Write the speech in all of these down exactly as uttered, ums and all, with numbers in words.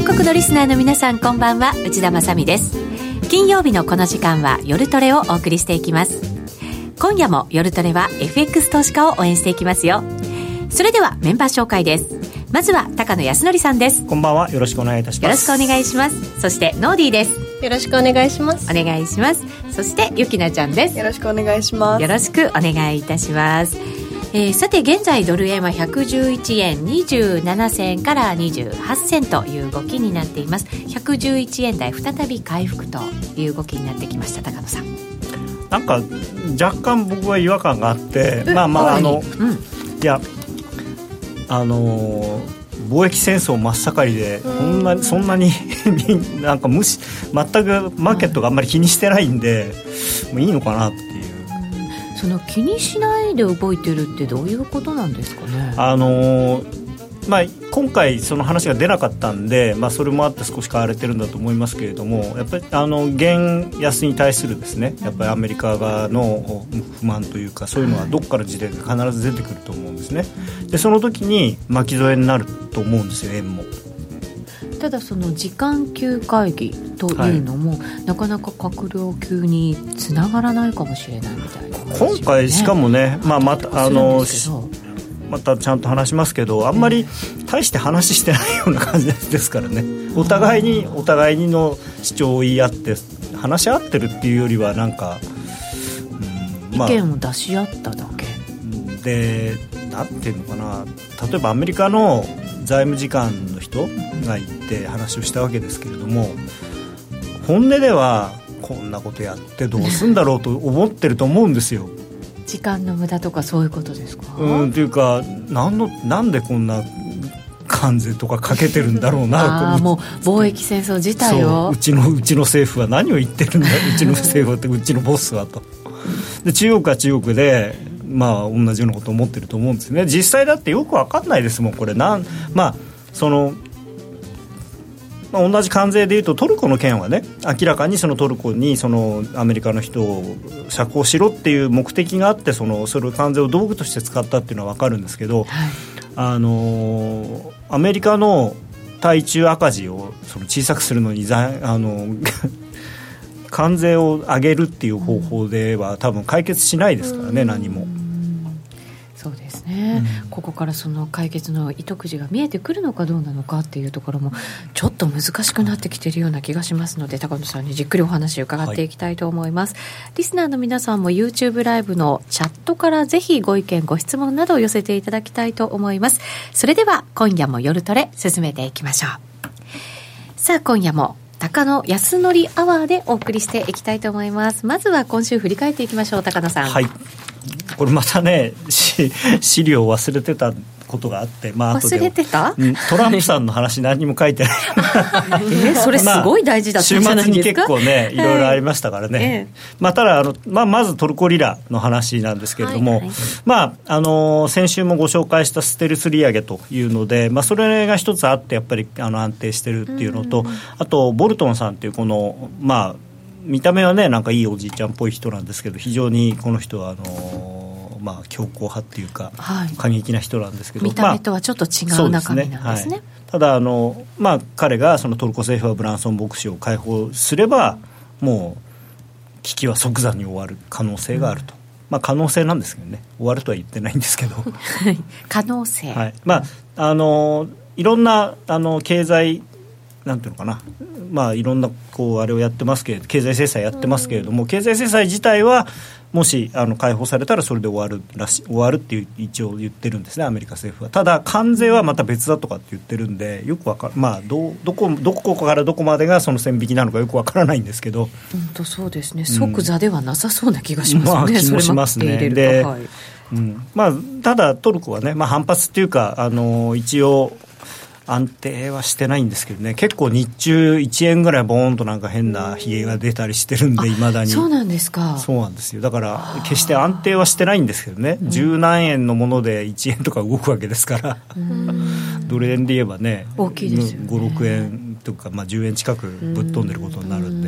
国のリスナーの皆さん、こんばんは。内田まさみです。金曜日のこの時間は夜トレをお送りしていきます。今夜も夜トレは エフエックス 投資家を応援していきますよ。それではメンバー紹介です。まずは高野康則さんです。 こんばんは。よろしくお願いいたします。 よろしくお願いします。そしてノーディーです。 よろしくお願いします。 お願いします。そしてゆきなちゃんです。 よろしくお願いします。 よろしくお願いいたします。えー、さて現在ドル円はひゃくじゅういちえんにじゅうななせんからにじゅうはち銭という動きになっています。ひゃくじゅういちえん台再び回復という動きになってきました。高野さん、 なんか若干僕は違和感があって、まあまああの、うん、いやあのー、貿易戦争真っ盛りでそんなにそんなになんか無視全くマーケットがあんまり気にしてないんで、もういいのかなっていう。 その気にしないで動いてるってどういうことなんですかね。 あのーまあ、今回その話が出なかったんで、まあ、それもあって少し買われてるんだと思いますけれども、やっぱりあの元安に対するですね、やっぱりアメリカ側の不満というか、そういうのはどこから時点で必ず出てくると思うんですね。でその時に巻き添えになると思うんですよ、円も。 ただその時間級会議というのも、はい、なかなか閣僚級につながらないかもしれないみたいな、ね、 今回しかもね、まあ、またあのまたちゃんと話しますけど、あんまり大して話してないような感じですからね。お互いにお互いにの主張を言い合って話し合ってるっていうよりは、なんか、 うん、まあ、意見を出し合っただけで、なんていうのかな、例えばアメリカの財務次官の人が行って話をしたわけですけれども、本音ではこんなことやってどうすんだろうと思ってると思うんですよ。 時間の無駄とかそういうことですか。 うん、というか、なんのなんでこんな関税とかかけてるんだろうなあもう貿易戦争自体をうちのうちの政府は何を言ってるんだうちの政府はってうちのボスはと。で中国は中国で、まあ、同じようなことを思ってると思うんですね。実際だってよく分かんないですもん、これなん、まあそのまあ、同じ関税でいうとトルコの件はね、明らかにそのトルコにそのアメリカの人を釈放しろっていう目的があって、そのそれを関税を道具として使ったっていうのは分かるんですけど、はい、あのアメリカの対中赤字をその小さくするのにあの関税を上げるっていう方法では多分解決しないですからね、何も。 そうですね、うん、ここからその解決の糸口が見えてくるのかどうなのかっていうところもちょっと難しくなってきているような気がしますので、高野さんにじっくりお話を伺っていきたいと思います、はい、リスナーの皆さんも YouTube ライブのチャットからぜひご意見ご質問などを寄せていただきたいと思います。それでは今夜も夜トレ進めていきましょう。さあ今夜も高野康則アワーでお送りしていきたいと思います。まずは今週振り返っていきましょう。高野さん。 はい、これまたね資料を忘れてたことがあって、まあ、後で忘れてた、 うん、トランプさんの話何にも書いてないえそれすごい大事だったんじゃないですか。 週末に結構ねいろいろありましたからね、はいええまあ、ただあの、まあ、まずトルコリラの話なんですけれども、はいはいまああのー、先週もご紹介したステルス利上げというので、まあ、それが一つあってやっぱりあの安定してるっていうのと、あとボルトンさんっていうこのまあ見た目はねなんかいいおじいちゃんっぽい人なんですけど、非常にこの人はあのーまあ、強硬派っていうか、はい、過激な人なんですけど、 見た目とはちょっと違う中身なんですね、まあ、そうですね、はい、ただあの、まあ、彼がそのトルコ政府はブランソン牧師を解放すればもう危機は即座に終わる可能性があると、うんまあ、可能性なんですけどね、終わるとは言ってないんですけど可能性、 はいまあ、あのいろんなあの経済なんていうのかな、まあ、いろんなこうあれをやってますけれど、経済制裁やってますけれども、経済制裁自体はもしあの解放されたらそれで終わるらし終わるっていう一応言ってるんですね、アメリカ政府は。ただ関税はまた別だとかって言ってるんで、よくわかる、まあ、ど, ど, こどこからどこまでがその線引きなのかよくわからないんですけど、 本当そうですね、即座ではなさそうな気がしますね、うんまあ、 気もしますね。で、はいうんまあ、ただトルコはね、まあ、反発っていうかあの一応安定はしてないんですけどね、結構日中いちえんぐらいボーンとなんか変なひげが出たりしてるんで、いまだに。 そうなんですか。 そうなんですよ。だから決して安定はしてないんですけどね、十何円のものでいちえんとか動くわけですからドル円で言えばね大きいですよね、 ご、ろくえんとか、まあ、じゅうえん近くぶっ飛んでることになるんで、 うん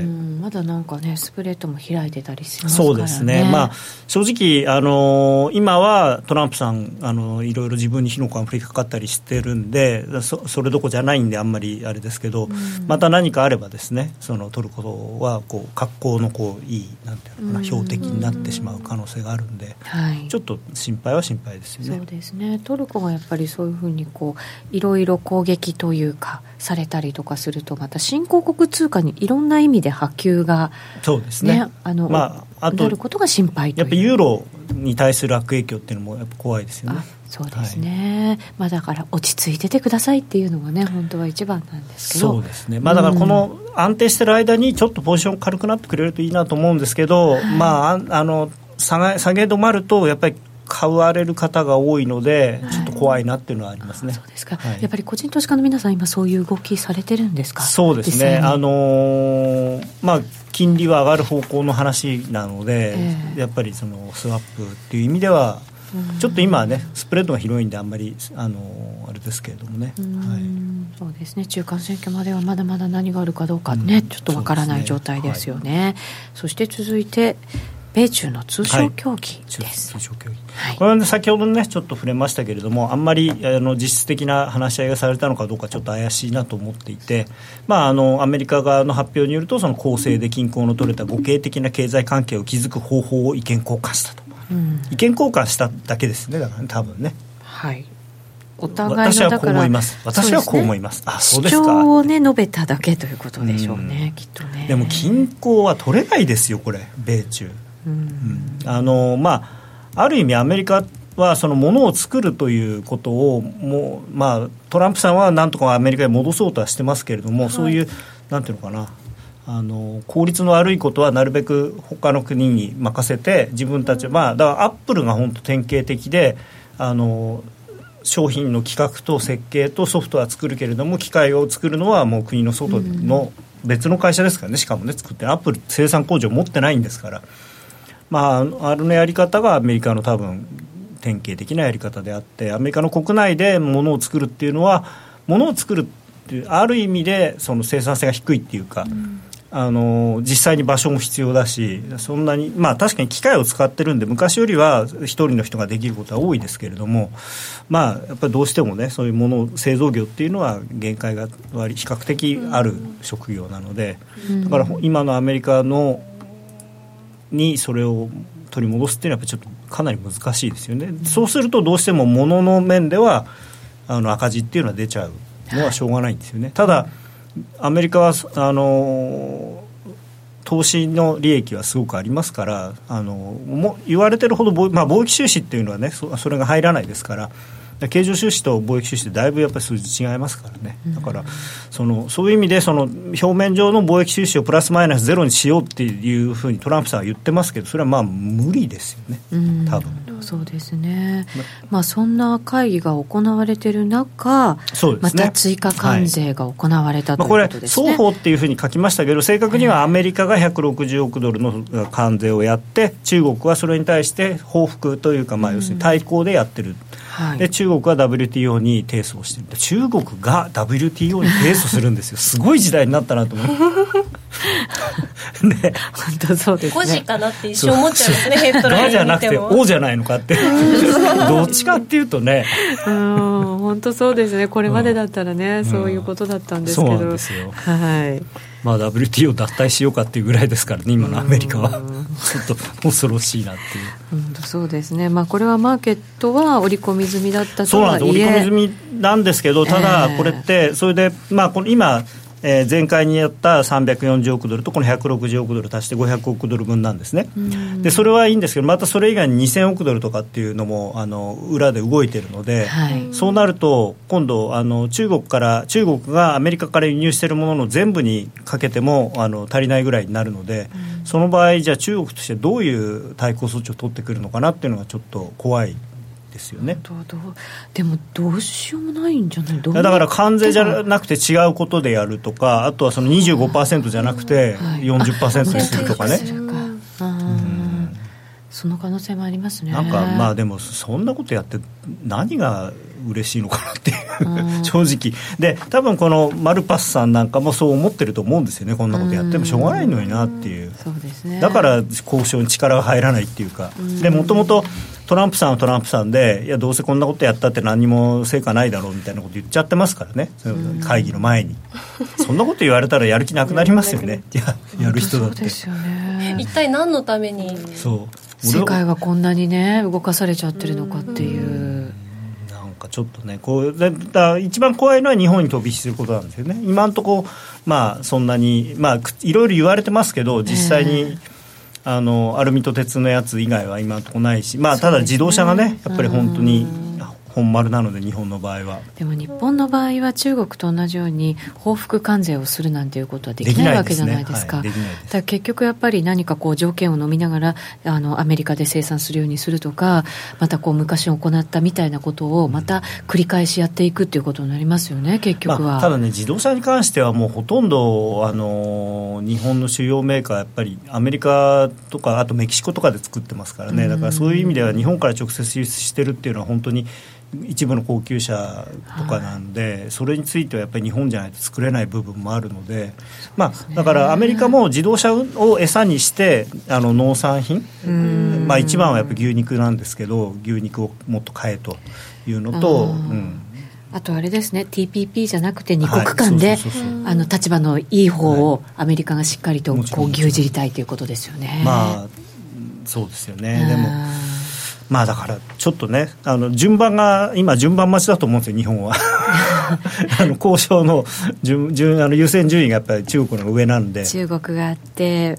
まだなんかねスプレッドも開いてたりしますからね。 そうですね、まあ、正直、あのー、今はトランプさん、あのー、いろいろ自分に火の粉が降りかかったりしてるんで そ, それどころじゃないんであんまりあれですけど、うん、また何かあればですね、そのトルコはこう格好のこういいなんていうのかな、標的になってしまう可能性があるんで、はい、ちょっと心配は心配ですよね。 そうですね、トルコがやっぱりそういうふうにこういろいろ攻撃というかされたりとかすると、また新興国通貨にいろんな意味で波及が、 そうですね、 あの、 まあ、あとなることが心配という。 やっぱりユーロに対する悪影響っていうのもやっぱ怖いですよね。 あ、そうですね、はい、まあ、だから落ち着いててくださいっていうのがね本当は一番なんですけど。 そうですね、まあ、だからこの安定してる間にちょっとポジション軽くなってくれるといいなと思うんですけど、はい、まあ、あの下げ、下げ止まるとやっぱり買われる方が多いので、はい、ちょっと怖いなっていうのはありますね。 そうですか、はい、やっぱり個人投資家の皆さん今そういう動きされてるんですか。 そうですね、あのーまあ、金利は上がる方向の話なので、えー、やっぱりそのスワップっていう意味ではちょっと今はねスプレッドが広いんであんまりあのあれですけれどもね、はい、 そうですね、中間選挙まではまだまだ何があるかどうかね、うん、ちょっとわからない状態ですよね。 そ, ね、はい、そして続いて米中の通商協議です、はい、通商協議、はい、これは、ね、先ほどねちょっと触れましたけれども、あんまりあの実質的な話し合いがされたのかどうかちょっと怪しいなと思っていて、まあ、あのアメリカ側の発表によると、その公正で均衡の取れた互恵的な経済関係を築く方法を意見交換したと、うん、意見交換しただけですね、だからね多分ね、はい、お互いの私はこう思います、私はこう思います、あ、そうですか、主張を、ね、述べただけということでしょうね、きっとね。 でも均衡は取れないですよこれ、米中、うんうん、あのまあ、ある意味アメリカはそのものを作るということをもう、まあ、トランプさんはなんとかアメリカに戻そうとはしてますけれども、はい、そういうなんていうのかな、あの効率の悪いことはなるべく他の国に任せて自分たち、まあ、だからアップルが本当典型的で、あの商品の企画と設計とソフトは作るけれども機械を作るのはもう国の外の別の会社ですからね、しかもね作ってアップル生産工場持ってないんですから、まあ、あれのやり方がアメリカの多分典型的なやり方であって、アメリカの国内で物を作るっていうのは、物を作るっていうある意味でその生産性が低いっていうか、うん、あの実際に場所も必要だし、そんなに、まあ、確かに機械を使ってるんで昔よりは一人の人ができることは多いですけれども、まあ、やっぱりどうしてもねそういうもの製造業っていうのは限界が割比較的ある職業なので、うん、だから今のアメリカのにそれを取り戻すっていうのはやっぱちょっとかなり難しいですよね、うん、そうするとどうしても物の面ではあの赤字っていうのは出ちゃうのはしょうがないんですよね、はい、ただアメリカはあの投資の利益はすごくありますから、あのも言われてるほど貿、まあ、貿易収支っていうのはね そ, それが入らないですから、経常収支と貿易収支ってだいぶやっぱり数字違いますからね、だからそのそういう意味でその表面上の貿易収支をプラスマイナスゼロにしようっていうふうにトランプさんは言ってますけど、それはまあ無理ですよね、多分。 そうですね、まあ、そんな会議が行われている中、そうですね、また追加関税が行われた、はい、ということですね、まあ、これ双方っていうふうに書きましたけど、正確にはアメリカがひゃくろくじゅうおくドルの関税をやって、中国はそれに対して報復というか、まあ、要するに対抗でやってる、はい、で中国は ダブリューティーオー に提訴をしている。中国が ダブリューティーオー に提訴するんですよすごい時代になったなと思うね、本当そうですね、 ごじかなって一瞬思っちゃいますねヘッドライン見ても。 ガじゃなくてオじゃないのかってどっちかっていうとねうん本当そうですね、これまでだったらね、うん、そういうことだったんですけど、 そうなんですよ、 はい、 まあ、ダブリューティーオー 脱退しようかっていうぐらいですからね今のアメリカはちょっと恐ろしいなっていう本当そうですね、まあ、これはマーケットは織り込み済みだったとはいえ、 そうなんです、織り込み済みなんですけど、ただこれってそれで、まあ、この今えー、前回にやったさんびゃくよんじゅうおくドルとこのひゃくろくじゅうおくドル足してごひゃくおくドル分なんですね。でそれはいいんですけど、またそれ以外ににせんおくドルとかっていうのもあの裏で動いているので、はい、そうなると今度あの中国から中国がアメリカから輸入しているものの全部にかけてもあの足りないぐらいになるので、その場合じゃあ中国としてどういう対抗措置を取ってくるのかなっていうのがちょっと怖いですよね。 どうどうでもどうしようもないんじゃない。どうだから関税じゃなくて違うことでやるとか、あとはその にじゅうごパーセント じゃなくて よんじゅっパーセント にするとかね、はい、 あ、うん、その可能性もありますね。 なんかまあでもそんなことやって何が嬉しいのかなっていう正直で、多分このマルパスさんなんかもそう思ってると思うんですよね。こんなことやってもしょうがないのになっていう、 そうですね、 だから交渉に力が入らないっていうか、でもともとトランプさんはトランプさんで、いやどうせこんなことやったって何も成果ないだろうみたいなこと言っちゃってますからね、会議の前にそんなこと言われたらやる気なくなりますよねや, やる人だって。 そうですよね、 一体何のためにそう世界はこんなにね動かされちゃってるのかっていう、 なんかちょっとねこうだだ一番怖いのは日本に飛び火することなんですよね。今のところまあそんなにまあいろいろ言われてますけど、実際に、えーあのアルミと鉄のやつ以外は今のところないし、まあ、ただ自動車がねやっぱり本当に本丸なので、日本の場合は。 でも日本の場合は中国と同じように報復関税をするなんていうことはできないわけじゃないですか。だから結局やっぱり何かこう条件を飲みながらあのアメリカで生産するようにするとか、またこう昔行ったみたいなことをまた繰り返しやっていくっていうことになりますよね、結局は。 まあ、ただね自動車に関してはもうほとんどあの日本の主要メーカーやっぱりアメリカとかあとメキシコとかで作ってますからね。だからそういう意味では日本から直接輸出してるっていうのは本当に一部の高級車とかなんで、はい、それについてはやっぱり日本じゃないと作れない部分もあるので、まあ、だからアメリカも自動車を餌にしてあの農産品、まあ、一番はやっぱり牛肉なんですけど、牛肉をもっと買えというのと、うん、 あとあれですね ティーピーピー じゃなくて二国間で立場のいい方をアメリカがしっかりとこう牛耳りたいということですよね。 まあそうですよね。でもまあだからちょっとねあの順番が今順番待ちだと思うんですよ日本はあの交渉の順順あの優先順位がやっぱり中国の上なんで、 中国があって、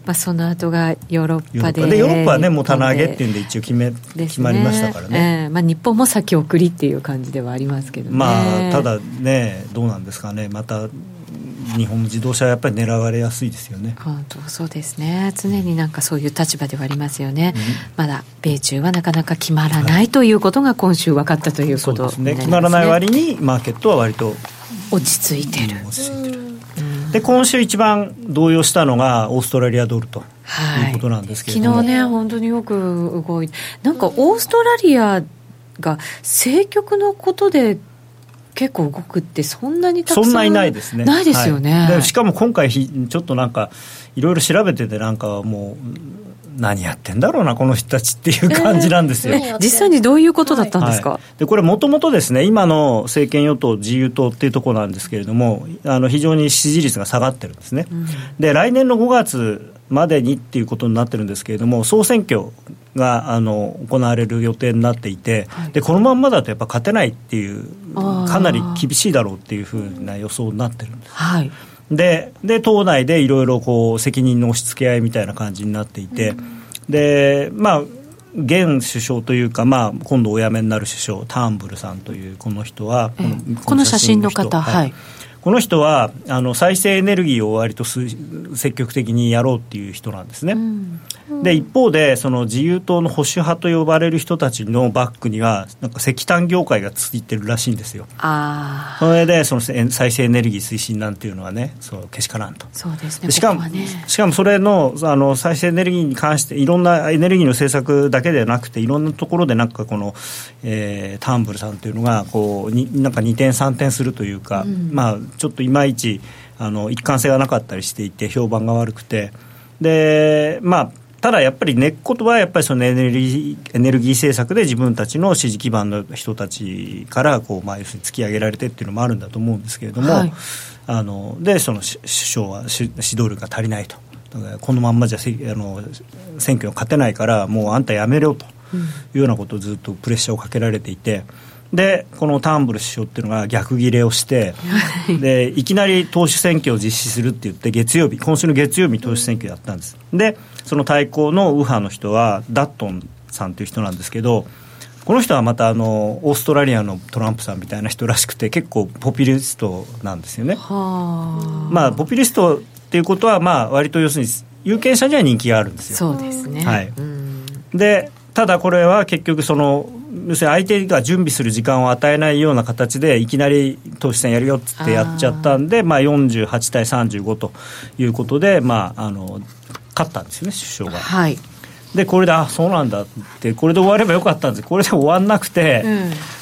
まあ、その後がヨーロッパでヨーロッパでヨーロッパはねもう棚上げっていうんで一応決め、ね、決まりましたからね、 えーまあ、日本も先送りっていう感じではありますけどね。 まあただねどうなんですかね、また日本の自動車はやっぱり狙われやすいですよね。 本当そうですね、常になんかそういう立場ではありますよね、うん、まだ米中はなかなか決まらない、はい、ということが今週分かったということになりますね。そうですね、決まらない割にマーケットは割と落ち着いてる、うん、落ち着いてる、うん、で今週一番動揺したのがオーストラリアドルということなんですけれども、 はい、昨日ね本当によく動いて、なんかオーストラリアが政局のことで結構動くってそんなにたくさんそんなにないですね。 ないですよね、 はい、でしかも今回ちょっとなんかいろいろ調べててなんかもう何やってんだろうなこの人たちっていう感じなんですよ、 えー、実際にどういうことだったんですか。 はい、でこれもともとですね今の政権与党自由党っていうところなんですけれども、あの非常に支持率が下がってるんですね、うん、で来年のごがつまでにっていうことになってるんですけれども、総選挙があの行われる予定になっていて、はい、でこのまんまだとやっぱ勝てないっていうかなり厳しいだろうっていうふうな予想になってるんです、はい、で, で党内でいろいろこう責任の押し付け合いみたいな感じになっていて、うん、でまあ現首相というか、まあ、今度お辞めになる首相ターンブルさんというこの人は、 えー、この、この写真の方、はいはい、 この人はあの再生エネルギーを割と積極的にやろうっていう人なんですね、うんうん、で一方でその自由党の保守派と呼ばれる人たちのバックにはなんか石炭業界がついてるらしいんですよ。 あそれでその再生エネルギー推進なんていうのはねそうけしからんと。 そうですね、 しかも、 ここはね、 しかもそれ の, あの再生エネルギーに関していろんなエネルギーの政策だけではなくていろんなところでなんかこの、えー、ターンブルさんというのがこうになんかにてんさんてんするというか、うん、まあちょっといまいちあの一貫性がなかったりしていて評判が悪くて、でまあただやっぱり根っことはやっぱりそのエネルギー、エネルギー政策で自分たちの支持基盤の人たちからこう、まあ、要するに突き上げられてっていうのもあるんだと思うんですけれども、はい、あのでその首相は指導力が足りないと、だからこのまんまじゃあの選挙に勝てないからもうあんたやめろというようなことをずっとプレッシャーをかけられていて、でこのターンブル首相っていうのが逆ギレをしてでいきなり党首選挙を実施するって言って月曜日今週の月曜日に党首選挙やったんです。でその対抗の右派の人はダットンさんという人なんですけど、この人はまたあのオーストラリアのトランプさんみたいな人らしくて結構ポピュリストなんですよね。はまあポピュリストっていうことはまあ割と要するに有権者には人気があるんですよ。 そうですね、 はい、うんでただこれは結局その要するに相手が準備する時間を与えないような形でいきなり党首選やるよっつってやっちゃったんで、まあ、よんじゅうはちたいさんじゅうごということで、まあ、あの勝ったんですよね首相が、はい、でこれであそうなんだってこれで終わればよかったんですけどこれで終わんなくて、うん、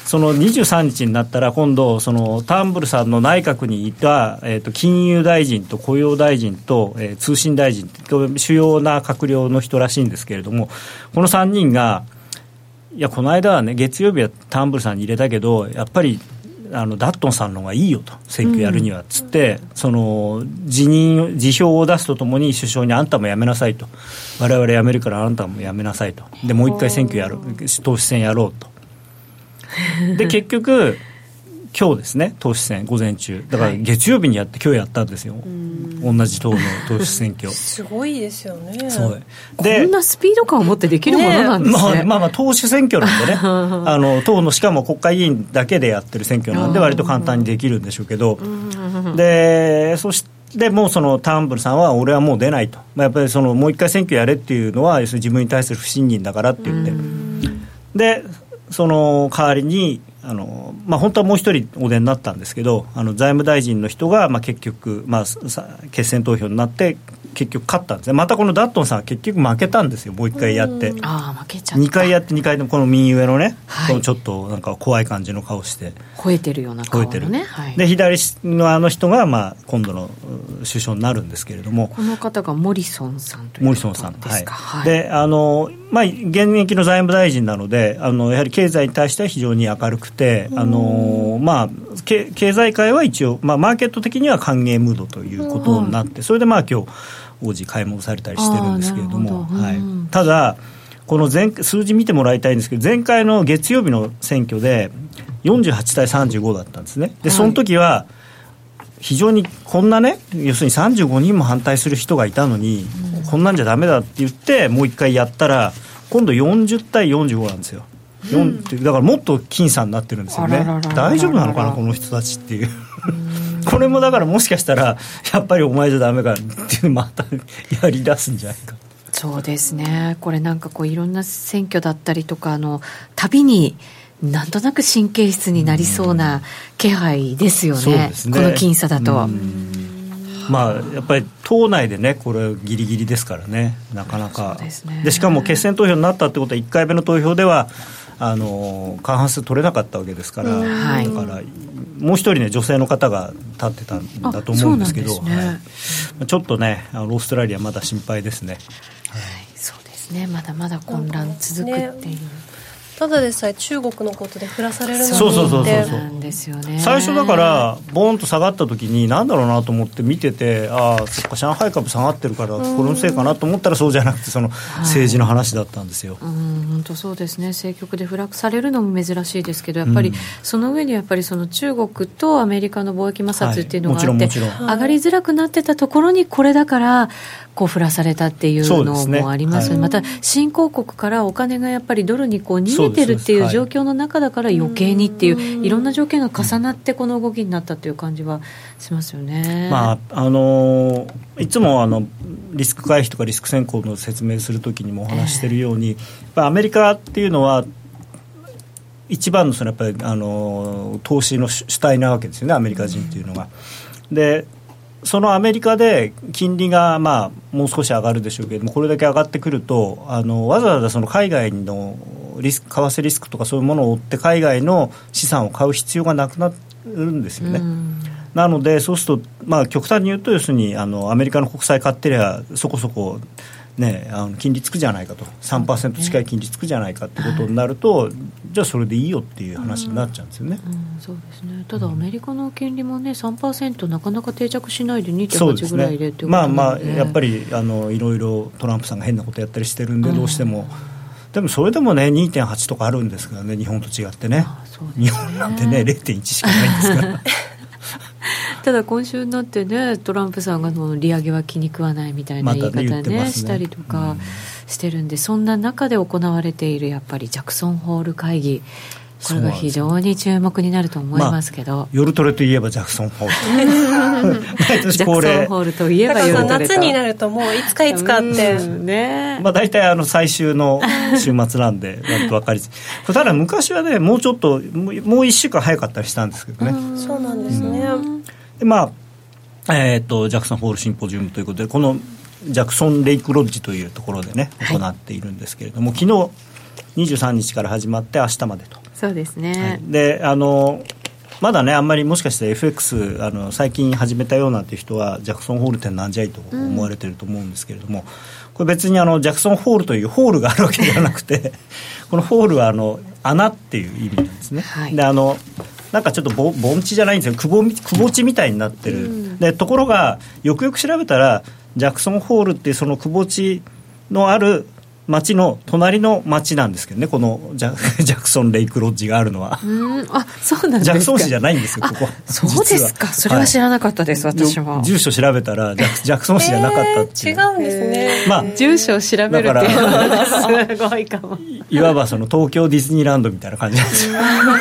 そのにじゅうさんにちになったら今度そのターンブルさんの内閣にいた、えー、と金融大臣と雇用大臣と、えー、通信大臣と主要な閣僚の人らしいんですけれども、このさんにんがいやこの間はね月曜日はターンブルさんに入れたけどやっぱりあのダットンさんの方がいいよと選挙やるにはつって、うん、その辞任辞表を出すとともに首相にあんたも辞めなさいと、我々辞めるからあんたも辞めなさいと、でもう一回選挙やる党首選やろうとで結局今日ですね党首選午前中だから月曜日にやって今日やったんですよ、はい、同じ党の党首選挙すごいですよね。 そうでこんなスピード感を持ってできるものなんですね。 ねまあ、まあまあ党首選挙なんでねあの党のしかも国会議員だけでやってる選挙なんで割と簡単にできるんでしょうけど、でそしてもうそのターンブルさんは俺はもう出ないと、まあ、やっぱりそのもう一回選挙やれっていうのは要するに自分に対する不信任だからって言って、でその代わりにあの、まあ、本当はもう一人お出になったんですけど、あの財務大臣の人が、まあ、結局、まあ、決選投票になって結局勝ったんですね。またこのダットンさんは結局負けたんですよ、もう一回やって。 あ負けちゃった。 にかいやってにかいでもこの右上のね、 はい、 このちょっとなんか怖い感じの顔して吠えてるような顔のね、はい、 で左のあの人が、まあ、今度の首相になるんですけれども、 この方がモリソンさんということですか。モリソンさん、はいはい、であの、まあ、現役の財務大臣なのであのやはり経済に対しては非常に明るくて、あの、まあ、経, 経済界は一応、まあ、マーケット的には歓迎ムードということになって、それでまあ今日王子買い戻されたりしてるんですけれども、はい、ただこの前数字見てもらいたいんですけど、前回の月曜日の選挙でよんじゅうはちたいさんじゅうごだったんですね。でその時は非常にこんなね、要するにさんじゅうごにんも反対する人がいたのに、うん、こんなんじゃダメだって言ってもう一回やったら今度よんじゅうたいよんじゅうごなんですよ、うん、だからもっと僅差になってるんですよね。大丈夫なのかなこの人たちっていうこれもだからもしかしたらやっぱりお前じゃダメかっていうまたやり出すんじゃないか。 そうですね、これなんかこういろんな選挙だったりとかの旅になんとなく神経質になりそうな気配ですよ ね,、うん、ですねこの僅差だと。うん、 まあ、やっぱり党内でねこれギリギリですからね、なかなか。そうですね。でしかも決選投票になったってことはいっかいめの投票ではあの過半数取れなかったわけですから、はい、だからもう一人ね女性の方が立ってたんだと思うんですけど、ねはい、ちょっとねあのオーストラリアまだ心配ですね。 はい、そうですね、まだまだ混乱続くっていう、ね、 ただでさえ中国のことで降らされるのにってそうそうそうそうなんですよね。 最初だからボーンと下がった時に何だろうなと思って見てて、ああそっか上海株下がってるからこれのせいかなと思ったらそうじゃなくてその政治の話だったんですよ。 はい、うん本当そうですね。政局でフラッグされるのも珍しいですけど、やっぱりその上にやっぱりその中国とアメリカの貿易摩擦っていうのがあって、はい、もちろんもちろん上がりづらくなってたところにこれだからこう降らされたっていうのもあります、ねはい、また新興国からお金がやっぱりドルにこう逃げてるっていう状況の中だから余計にっていういろんな条件が重なってこの動きになったという感じはしますよね。 まああのー、いつもあのリスク回避とかリスク先行の説明するときにもお話しているように、えー、やっぱアメリカっていうのは一番のそのやっぱりあの投資の主体なわけですよね、アメリカ人っていうのが。でそのアメリカで金利がまあもう少し上がるでしょうけども、これだけ上がってくるとあのわざわざその海外のリスク為替リスクとかそういうものを追って海外の資産を買う必要がなくなるんですよね。なのでそうすると、まあ、極端に言うと要するにあのアメリカの国債買ってりゃそこそこね、あの金利つくじゃないかと さんパーセント 近い金利つくじゃないかってことになると、はい、じゃあそれでいいよっていう話になっちゃうんですよね、 うんうん、そうですね。ただアメリカの金利もね さんパーセント なかなか定着しないで にてんはち ぐらいでっていうことなので、 まあまあやっぱりあのいろいろトランプさんが変なことやったりしてるんでどうしても、うん、でもそれでもね にてんはち とかあるんですからね、日本と違ってね。ああそうですね、日本なんてね れいてんいち しかないんですからただ今週になってねトランプさんがの利上げは気に食わないみたいな言い方 ね, ねしたりとかしてるんで、そんな中で行われているやっぱりジャクソンホール会議、これが非常に注目になると思いますけど、まあ、 夜トレといえばジャクソンホール毎年恒例ジャクソンホールといえば夜トレと夏になるともういつかいつかって、 ね、 まあ、大体あの最終の週末なんで割と分かりづらいただ昔はねもうちょっともういっしゅうかん早かったりしたんですけどね。 そうなんですね、うん、 でまあえー、とジャクソンホールシンポジウムということでこのジャクソンレイクロッジというところでね行っているんですけれども、はい、昨日にじゅうさんにちから始まって明日までと。 そうですね、はい、 であのまだねあんまりもしかして エフエックス あの最近始めたようなっていう人はジャクソンホールってなんじゃいと思われてると思うんですけれども、うん、これ別にあのジャクソンホールというホールがあるわけではなくてこのホールはあの穴っていう意味なんですね、はい、であのなんかちょっとぼ盆地じゃないんですよ、くぼくぼ地みたいになってる、うん、でところがよくよく調べたらジャクソンホールっていうそのくぼ地のある町の隣の町なんですけどね、このジ ャ, ジャクソンレイクロッジがあるのは。 うん、あ、そうなんですか。 ジャクソン市じゃないんですよここ。 そうですか、それは知らなかったです、はい、私は。 住所調べたらジ ャ, ジャクソン市じゃなかったっていう、 えー、違うんですね、 まあ、住所を調べるっていうのはすごいかも。 いわばその東京ディズニーランドみたいな感じなんですよ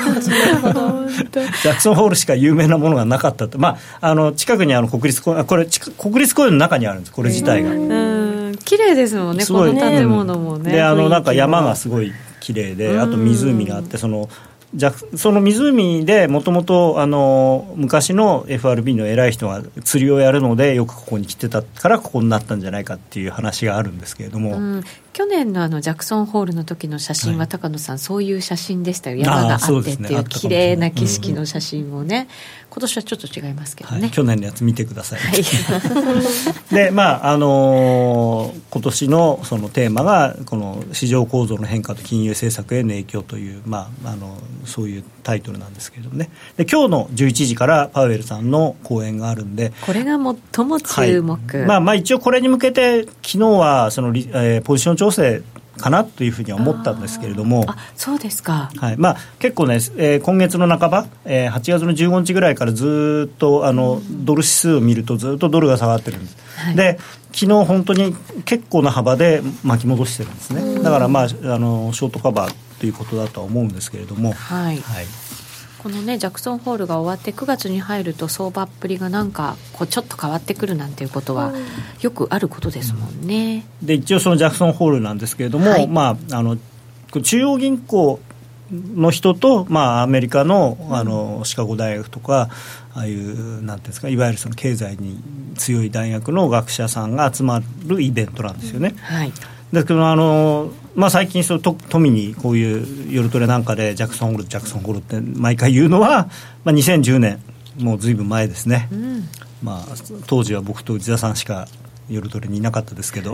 ジャクソンホールしか有名なものがなかったって、まあ、あの近くにあの国立公園、これ国立公園の中にあるんです、これ自体が。 綺麗ですもんね、この建物もね。 であのなんか山がすごい綺麗で、あと湖があって、そのじゃその湖でもともと昔の エフアールビー の偉い人が釣りをやるのでよくここに来てたからここになったんじゃないかっていう話があるんですけれども、うん、 去年 の, あのジャクソンホールの時の写真は、はい、高野さんそういう写真でしたよ。山があってっていう綺麗な景色の写真をね、うん、今年はちょっと違いますけどね、はい、 去年のやつ見てください、はい、でまああのー、今年 の, そのテーマがこの市場構造の変化と金融政策への影響という、まあ、あのそういうタイトルなんですけれどもね。で今日のじゅういちじからパウエルさんの講演があるんで、 これが最も注目、 はいまあ、まあ一応これに向けて昨日はその、えー、ポジション調整かなというふうには思ったんですけれども、 ああそうですか、 はいまあ、結構ね、えー、今月の半ば、えー、はちがつのじゅうごにちぐらいからずっとあの、うん、ドル指数を見るとずっとドルが下がってるんです、はい、で昨日本当に結構な幅で巻き戻してるんですね、うん、だから、まあ、あのショートカバーということだとは思うんですけれども、 はいはい、このねジャクソンホールが終わってくがつに入ると相場っぷりがなんかこうちょっと変わってくるなんていうことはよくあることですもんね、 うん、で一応そのジャクソンホールなんですけれども、はいまあ、あの中央銀行の人と、まあ、アメリカ の, あのシカゴ大学とかああいうなんていうんですか、いわゆるその経済に強い大学の学者さんが集まるイベントなんですよね、うんはいだけどあの、まあ、最近その富にこういう夜トレなんかでジャクソンホールジャクソンホールって毎回言うのは、まあ、にせんじゅうねんもうずいぶん前ですね、うんまあ、当時は僕と内田さんしか夜トレにいなかったですけど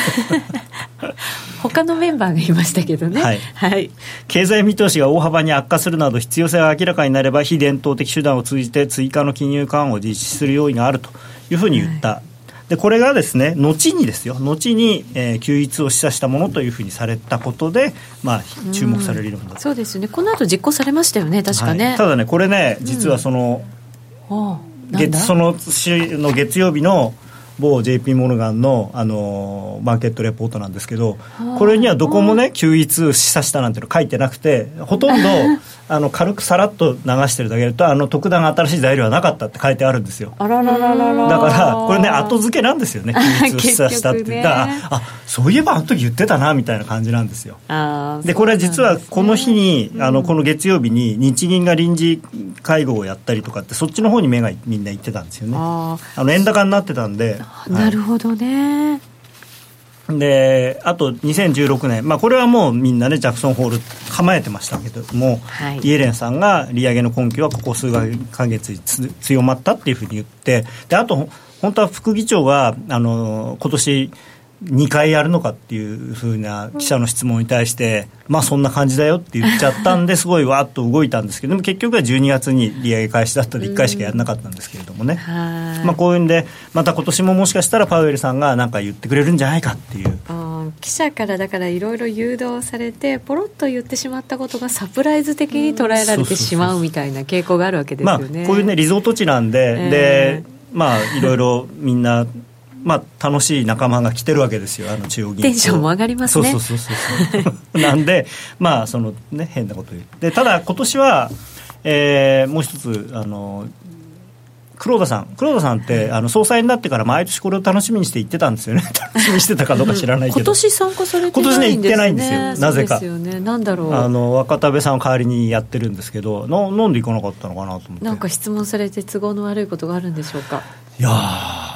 他のメンバーがいましたけどね、はいはい、 経済見通しが大幅に悪化するなど必要性が明らかになれば非伝統的手段を通じて追加の金融緩和を実施する用意があるというふうに言った、はいでこれがですね後にですよ後に、えー、級一を示唆したものというふうにされたことで、まあ、注目されるようになった、 うん、そうですね。この後実行されましたよね確かね、 はい、ただねこれね実はその、うん、月その週の月曜日の某 ジェイピー モルガンの、あのー、マーケットレポートなんですけど、これにはどこもね級一示唆したなんていうの書いてなくて、ほとんどあの軽くさらっと流してるだけだとあの特段新しい材料はなかったって書いてあるんですよ。 あららららら。 だからこれね後付けなんですよね、級一を示唆したって、ね、だからあそういえばあの時言ってたなみたいな感じなんですよ。あでこれは実はこの日に、あのこの月曜日に日銀が臨時会合をやったりとかってそっちの方に目がみんな行ってたんですよね。ああの円高になってたんで。 なるほどね、 はい、であとにせんじゅうろくねん、まあ、これはもうみんなねジャクソンホール構えてましたけども、はい、イエレンさんが利上げの根拠はここ数ヶ月に強まったっていうふうに言って、であと本当は副議長があの今年にかいやるのかっていうふうな記者の質問に対して、まあそんな感じだよって言っちゃったんですごいわーっと動いたんですけども、結局はじゅうにがつに利上げ開始だったのでいっかいしかやらなかったんですけれどもね、まあ、こういうんでまた今年ももしかしたらパウエルさんが何か言ってくれるんじゃないかっていう、 あ記者からだからいろいろ誘導されてポロッと言ってしまったことがサプライズ的に捉えられてしまうみたいな傾向があるわけですよね。 まあ、こういうねリゾート地なんで、えー、でまあいろいろみんなまあ、楽しい仲間が来てるわけですよ、あの中央銀行。 テンションも上がりますね。 そうそうそうそうなんで、まあそのね、変なこと言って、ただ今年は、えー、もう一つあの黒田さん黒田さんってあの総裁になってから毎年これを楽しみにして行ってたんですよね楽しみにしてたかどうか知らないけど今年参加されてないんですね。今年ね行ってないんですよ、 なぜか。 そうですよね、なんだろう、 あの若田部さんを代わりにやってるんですけど、ななんで行かなかったのかなと思って。 なんか質問されて都合の悪いことがあるんでしょうか。 いや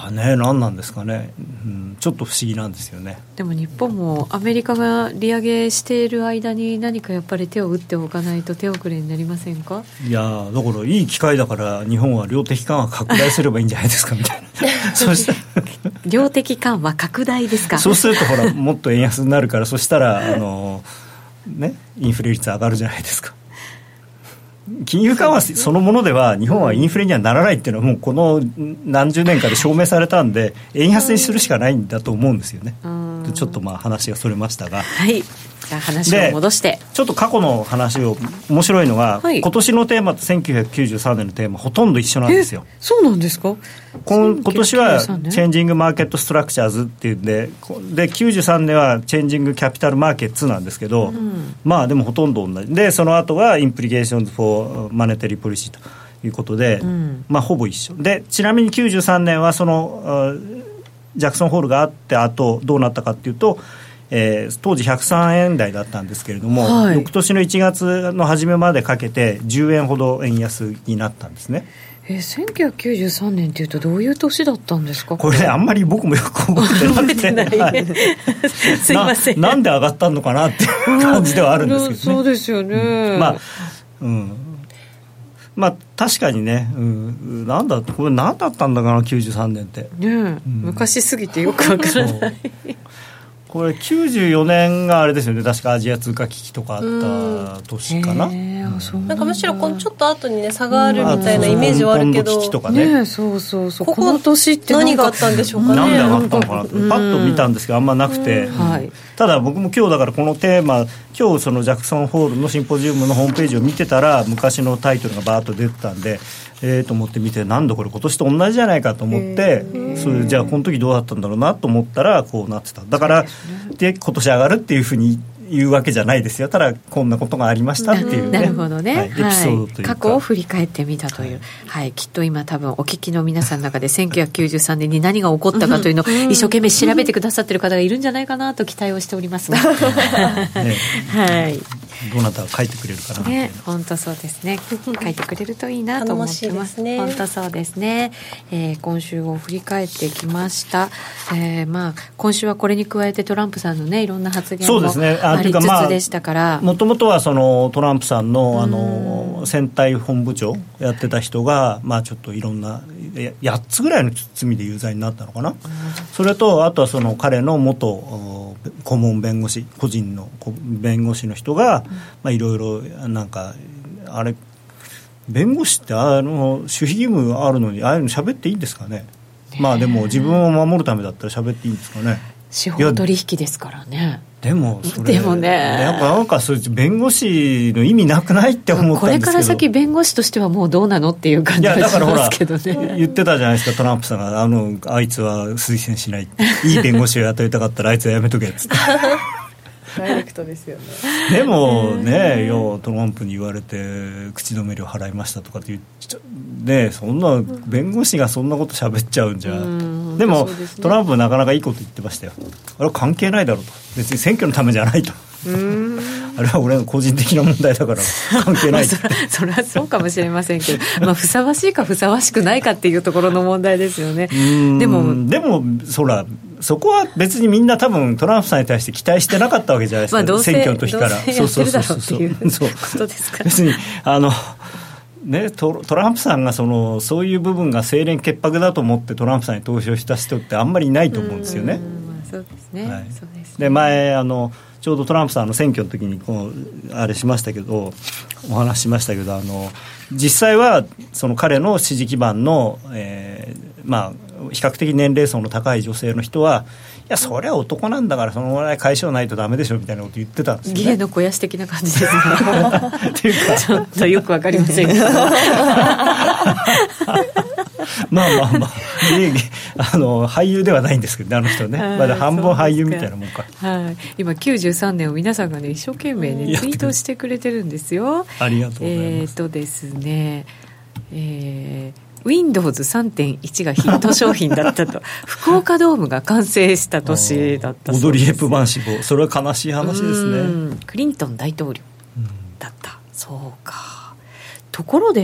やね、何なんですかね、うん、ちょっと不思議なんですよね。 でも日本もアメリカが利上げしている間に何かやっぱり手を打っておかないと手遅れになりませんか。 いやだからいい機会だから日本は量的緩和拡大すればいいんじゃないですかみたいなそしたら量的緩和拡大ですか。 そうするとほらもっと円安になるから、そしたらあの、ね、インフレ率上がるじゃないですか。金融緩和そのものでは日本はインフレにはならないっていうのはもうこの何十年かで証明されたんで、円安にするしかないんだと思うんですよね。ちょっとまあ話がそれましたが、 はい、じゃあ話を戻してちょっと過去の話を面白いのが、はい、今年のテーマとせんきゅうひゃくきゅうじゅうさんねんのテーマほとんど一緒なんですよ。 そうなんですか。 今, 今年はチェンジングマーケットストラクチャーズっていうんで、できゅうじゅうさんねんはチェンジングキャピタルマーケッツなんですけど、うん、まあでもほとんど同じで、その後はインプリケーションズ・フォー・マネタリー・ポリシーということで、うん、まあほぼ一緒で、ちなみにきゅうじゅうさんねんはそのジャクソンホールがあってあとどうなったかっていうと、えー、当時ひゃくさんえん台だったんですけれども、はい、翌年のいちがつの初めまでかけてじゅうえんほど円安になったんですね。 えー、せんきゅうひゃくきゅうじゅうさんねんというとどういう年だったんですか。 これ、ね、あんまり僕もよく覚えてなくてない、はい、すいませんな, なんで上がったのかなっていう感じではあるんですけどね。 そうですよね、 うん、まあ、うんまあ、確かにね、うん、なんだこれ何だったんだかなきゅうじゅうさんねんって、ねうん、 昔すぎてよくわからないこれきゅうじゅうよねんがあれですよね、確かアジア通貨危機とかあった年かな、うん、 なんかむしろこのちょっと後にね差があるみたいなイメージはあるけど、 ポンド危機とかね、 ね、そうそうそう、ここの年って何があったんでしょうかね。 なんで上がったのかなってパッと見たんですけどあんまなくて、うんはい、ただ僕も今日だからこのテーマ今日そのジャクソンホールのシンポジウムのホームページを見てたら昔のタイトルがバーッと出てたんで、えーと思って見て、なんだこれ今年と同じじゃないかと思って、それじゃあこの時どうだったんだろうなと思ったらこうなってた。だからで今年上がるっていうふうに言うわけじゃないですよ。ただこんなことがありましたっていうね、 なるほどね、はい、エピソードというか、 過去を振り返ってみたという、はいはい、きっと今多分お聞きの皆さんの中でせんきゅうひゃくきゅうじゅうさんねんに何が起こったかというのを一生懸命調べてくださっている方がいるんじゃないかなと期待をしておりますが、ね、はい、 どなたが書いてくれるかなってね、本当そうですね、書いてくれるといいなと思ってます。 ね、 本当そうですね、えー、今週を振り返ってきました、えーまあ、今週はこれに加えてトランプさんのねいろんな発言もありつつでしたから、 もともとはそのトランプさん の, あの選対本部長やってた人が、まあ、ちょっといろんなやっつぐらいの罪で有罪になったのかな、うん、それとあとはその彼の元顧問弁護士個人の弁護士の人が、うんまあ、いろいろなんかあれ弁護士ってあの守秘義務あるのにああいうの喋っていいんですかね。まあでも自分を守るためだったら喋っていいんですかね。 司法取引ですからね。 でもそれでもねやっぱなんかそういう弁護士の意味なくないって思ったんですけど、 これから先弁護士としてはもうどうなのっていう感じがしますけどね。 いやだからほら言ってたじゃないですかトランプさんが あ, のあいつは推薦しないいい弁護士を雇いたかったらあいつはやめとけっつってダイレクトですよね。 でもね、よトランプに言われて口止め料払いましたとかって言っちゃね、そんな弁護士がそんなこと喋っちゃうんじゃ、うん、でもで、ね、トランプなかなかいいこと言ってましたよ。あれは関係ないだろうと、別に選挙のためじゃないと、うんあれは俺の個人的な問題だから関係ないそ, それはそうかもしれませんけど、まあ、ふさわしいかふさわしくないかっていうところの問題ですよね。 うんでもでもそらそこは別にみんな多分トランプさんに対して期待してなかったわけじゃないですか、まあ、どうせ選挙の時からどうせやってるだろうっていうことですから、 別にあのね、ト, トランプさんがそのそういう部分が清廉潔白だと思ってトランプさんに投票した人ってあんまりいないと思うんですよね。 そうですね、はい、そうですね。 で前あのちょうどトランプさんの選挙の時にこうあれしましたけどお話ししましたけど、あの実際はその彼の支持基盤の、えーまあ、比較的年齢層の高い女性の人はいやそりゃ男なんだからそのぐらい解消ないとダメでしょみたいなこと言ってたんですよね。 芸の肥やし的な感じですねっていうかちょっとよくわかりませんけどまあまあまああの俳優ではないんですけどね、あの人ね、まだ半分俳優みたいなもんか、 はい、今きゅうじゅうさんねんを皆さんがね一生懸命ねツイートしてくれてるんですよ。 ありがとうございます。 えーとですね、えーウィンドウズさんてんいち がヒット商品だったと福岡ドームが完成した年だったそうです。 オドリー・ヘップバーン死亡、それは悲しい話ですね。 クリントン大統領だった、うん、そうか。ところで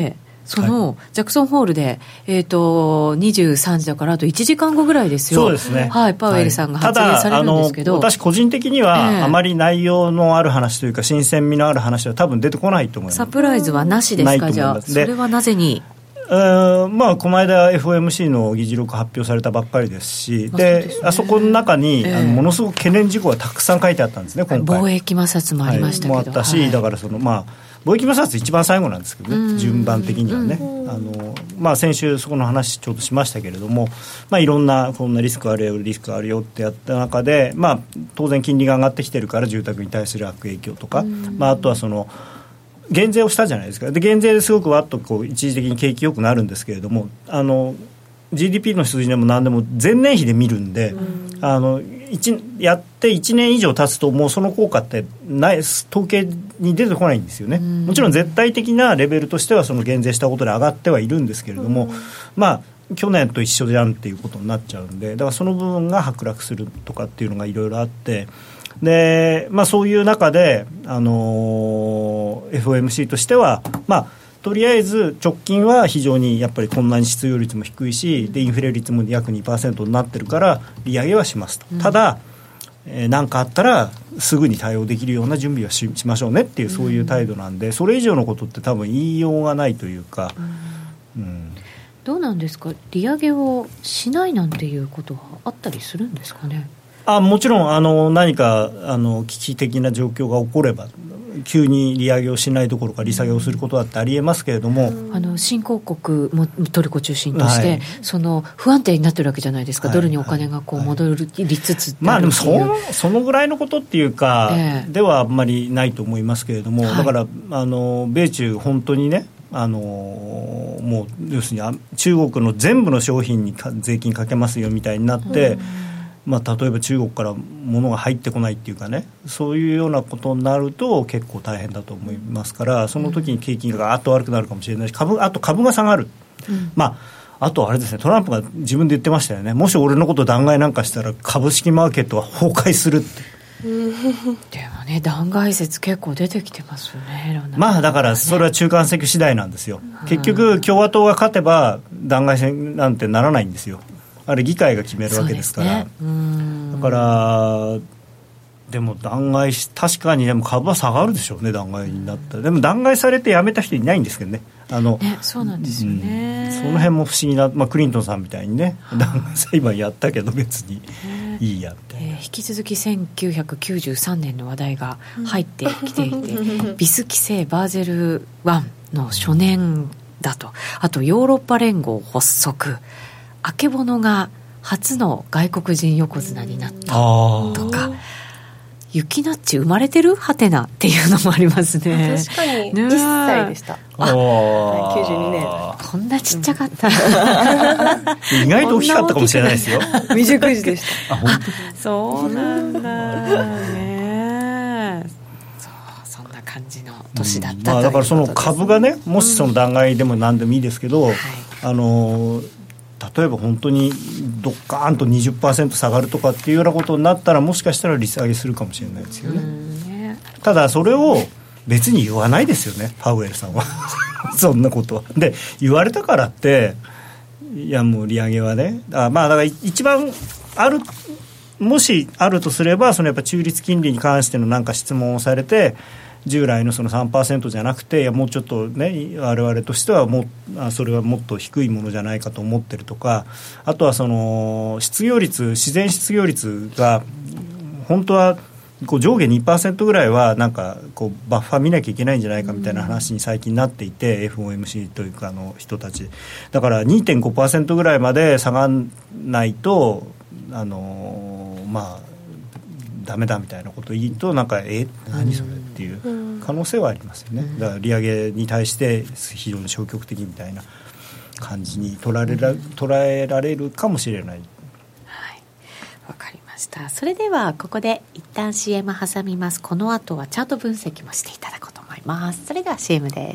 その、はい、ジャクソンホールで、えー、とにじゅうさんじだからあといちじかんごぐらいですよ。 そうですね、 はい、パウエルさんが発言されるんですけど、 ただあの私個人的には、えー、あまり内容のある話というか新鮮味のある話は多分出てこないと思います。 サプライズはなしですか。じゃあそれはなぜに。 えまあ、この間 エフオーエムシー の議事録発表されたばっかりですし、で、ね、あそこの中に、えー、あのものすごく懸念事項がたくさん書いてあったんですね。今回貿易摩擦もありましたけど、 はい、もあったし、はい、だからその、まあ、貿易摩擦一番最後なんですけどね、順番的にはね、あの、まあ、先週そこの話ちょっとしましたけれども、まあ、いろんなこんなリスクあるよリスクあるよってやった中で、まあ、当然金利が上がってきてるから住宅に対する悪影響とか、まあ、あとはその減税をしたじゃないですか。で減税ですごくわっとこう一時的に景気よくなるんですけれども、あの ジーディーピー の数字でも何でも前年比で見るんで、うん、あのやっていちねん以上経つともうその効果ってない統計に出てこないんですよね、うん、もちろん絶対的なレベルとしてはその減税したことで上がってはいるんですけれども、うん、まあ去年と一緒じゃんっていうことになっちゃうんで、だからその部分が剥落するとかっていうのがいろいろあって、で、まあ、そういう中で、あのー、エフオーエムシー としては、まあ、とりあえず直近は非常にやっぱりこんなに失業率も低いし、でインフレ率も約 にパーセント になってるから利上げはしますと、うん、ただ何、えー、かあったらすぐに対応できるような準備は し, しましょうねっていうそういう態度なんで、それ以上のことって多分言いようがないというか、うんうん、 どうなんですか、利上げをしないなんていうことはあったりするんですかね。 あもちろんあの何かあの危機的な状況が起これば急に利上げをしないどころか利下げをすることだってありえますけれども、 あの新興国もトルコ中心として、はい、その不安定になってるわけじゃないですか、はい、ドルにお金がこう戻りつつってまあでも そ, そのぐらいのことっていうか、えー、ではあんまりないと思いますけれども、はい、だからあの米中本当にね、あのもう要するに中国の全部の商品に税金かけますよみたいになって、うんまあ、例えば中国から物が入ってこないっていうかね、そういうようなことになると結構大変だと思いますから、その時に景気がガーッと悪くなるかもしれないし、株あと株が下がる、うん、まああとあれですね、トランプが自分で言ってましたよね、もし俺のこと弾劾なんかしたら株式マーケットは崩壊するってでもね、弾劾説結構出てきてますよね。 まあだからそれは中間選挙次第なんですよ、うん、結局共和党が勝てば弾劾戦なんてならないんですよ。あれ議会が決めるわけですから、ね、うーんだからでも弾劾し確かにでも株は下がるでしょうね、弾劾になったら。でも弾劾されて辞めた人いないんですけどね、あのねそうなんですよね、 うん、その辺も不思議な、まあ、クリントンさんみたいにね弾劾裁判やったけど別にいいやみたいな、 えー、引き続きせんきゅうひゃくきゅうじゅうさんねんの話題が入ってきていて、うん、ビス規制バーゼルワンの初年だと、あとヨーロッパ連合発足、あけぼのが初の外国人横綱になったとか、ユキナッチ生まれてるハテナっていうのもありますね。 確かにいっさいでした。あ、きゅうじゅうにねんこんなちっちゃかった、 意外と大きかったかもしれないですよ。 未熟児でしたああそうなんだねそうそんな感じの年だった、うんまあ、 だからその株がね、もしその弾劾でも何でもいいですけど、うんはい、あの例えば本当にドッカーンと にじゅっパーセント 下がるとかっていうようなことになったらもしかしたら利下げするかもしれないですよ ね, ねただそれを別に言わないですよねパウエルさんはそんなことは。で言われたからっていやもう利上げはねあまあだから一番あるもしあるとすればそのやっぱ中立金利に関してのなんか質問をされて従来のその さんパーセント じゃなくていやもうちょっとね我々としてはもうそれはもっと低いものじゃないかと思ってるとか、あとはその失業率自然失業率が本当はこう上下 にパーセント ぐらいはなんかこうバッファー見なきゃいけないんじゃないかみたいな話に最近なっていて、うん、エフオーエムシー というかあの人たちだから にてんごパーセント ぐらいまで下がらないとあのまあダメだみたいなことを言うとなんかえ何それっていう可能性はありますよね。だから利上げに対して非常に消極的みたいな感じに捉えられ、捉えられるかもしれない。 はい、わかりました。それではここで一旦 シーエム 挟みます。この後はチャート分析もしていただこうと思います。それでは シーエム です。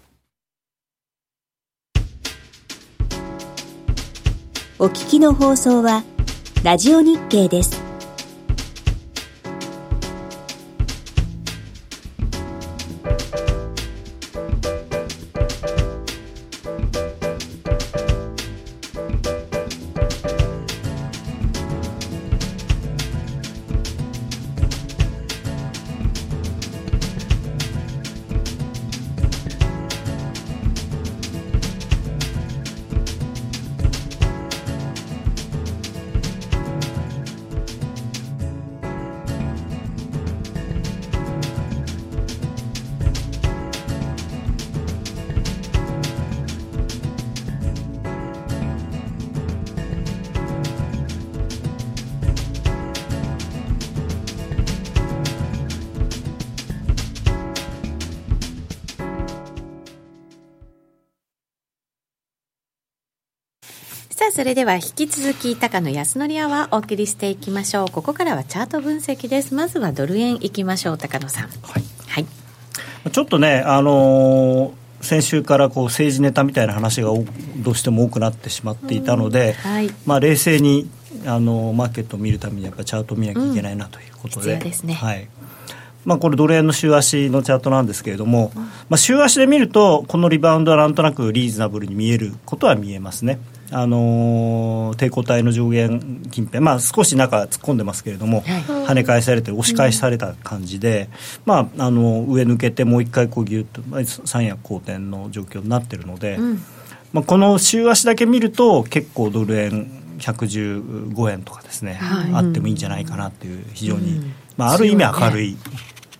お聞きの放送はラジオ日経です。 あそれでは引き続き高野康則アワーお送りしていきましょう。ここからはチャート分析です。まずはドル円いきましょう。高野さん。 はい、 はい、 ちょっとね、あのー、先週からこう政治ネタみたいな話がどうしても多くなってしまっていたので、はい、まあ、冷静にあのマーケットを見るためにやっぱりチャートを見なきゃいけないなということで、 うん、必要ですね。 はい、まあ、これドル円の週足のチャートなんですけれども、うん、まあ、週足で見るとこのリバウンドはなんとなくリーズナブルに見えることは見えますね。あのー、抵抗体の上限近辺、まあ、少し中突っ込んでますけれども、はい、跳ね返されて押し返された感じで、うん、まあ、あの上抜けてもう一回こうギュッと三役好転の状況になっているので、うん、まあ、この週足だけ見ると結構ドル円ひゃくじゅうごえんとかですね、はい、あってもいいんじゃないかなっていう非常に、うん、まあ、ある意味明るい、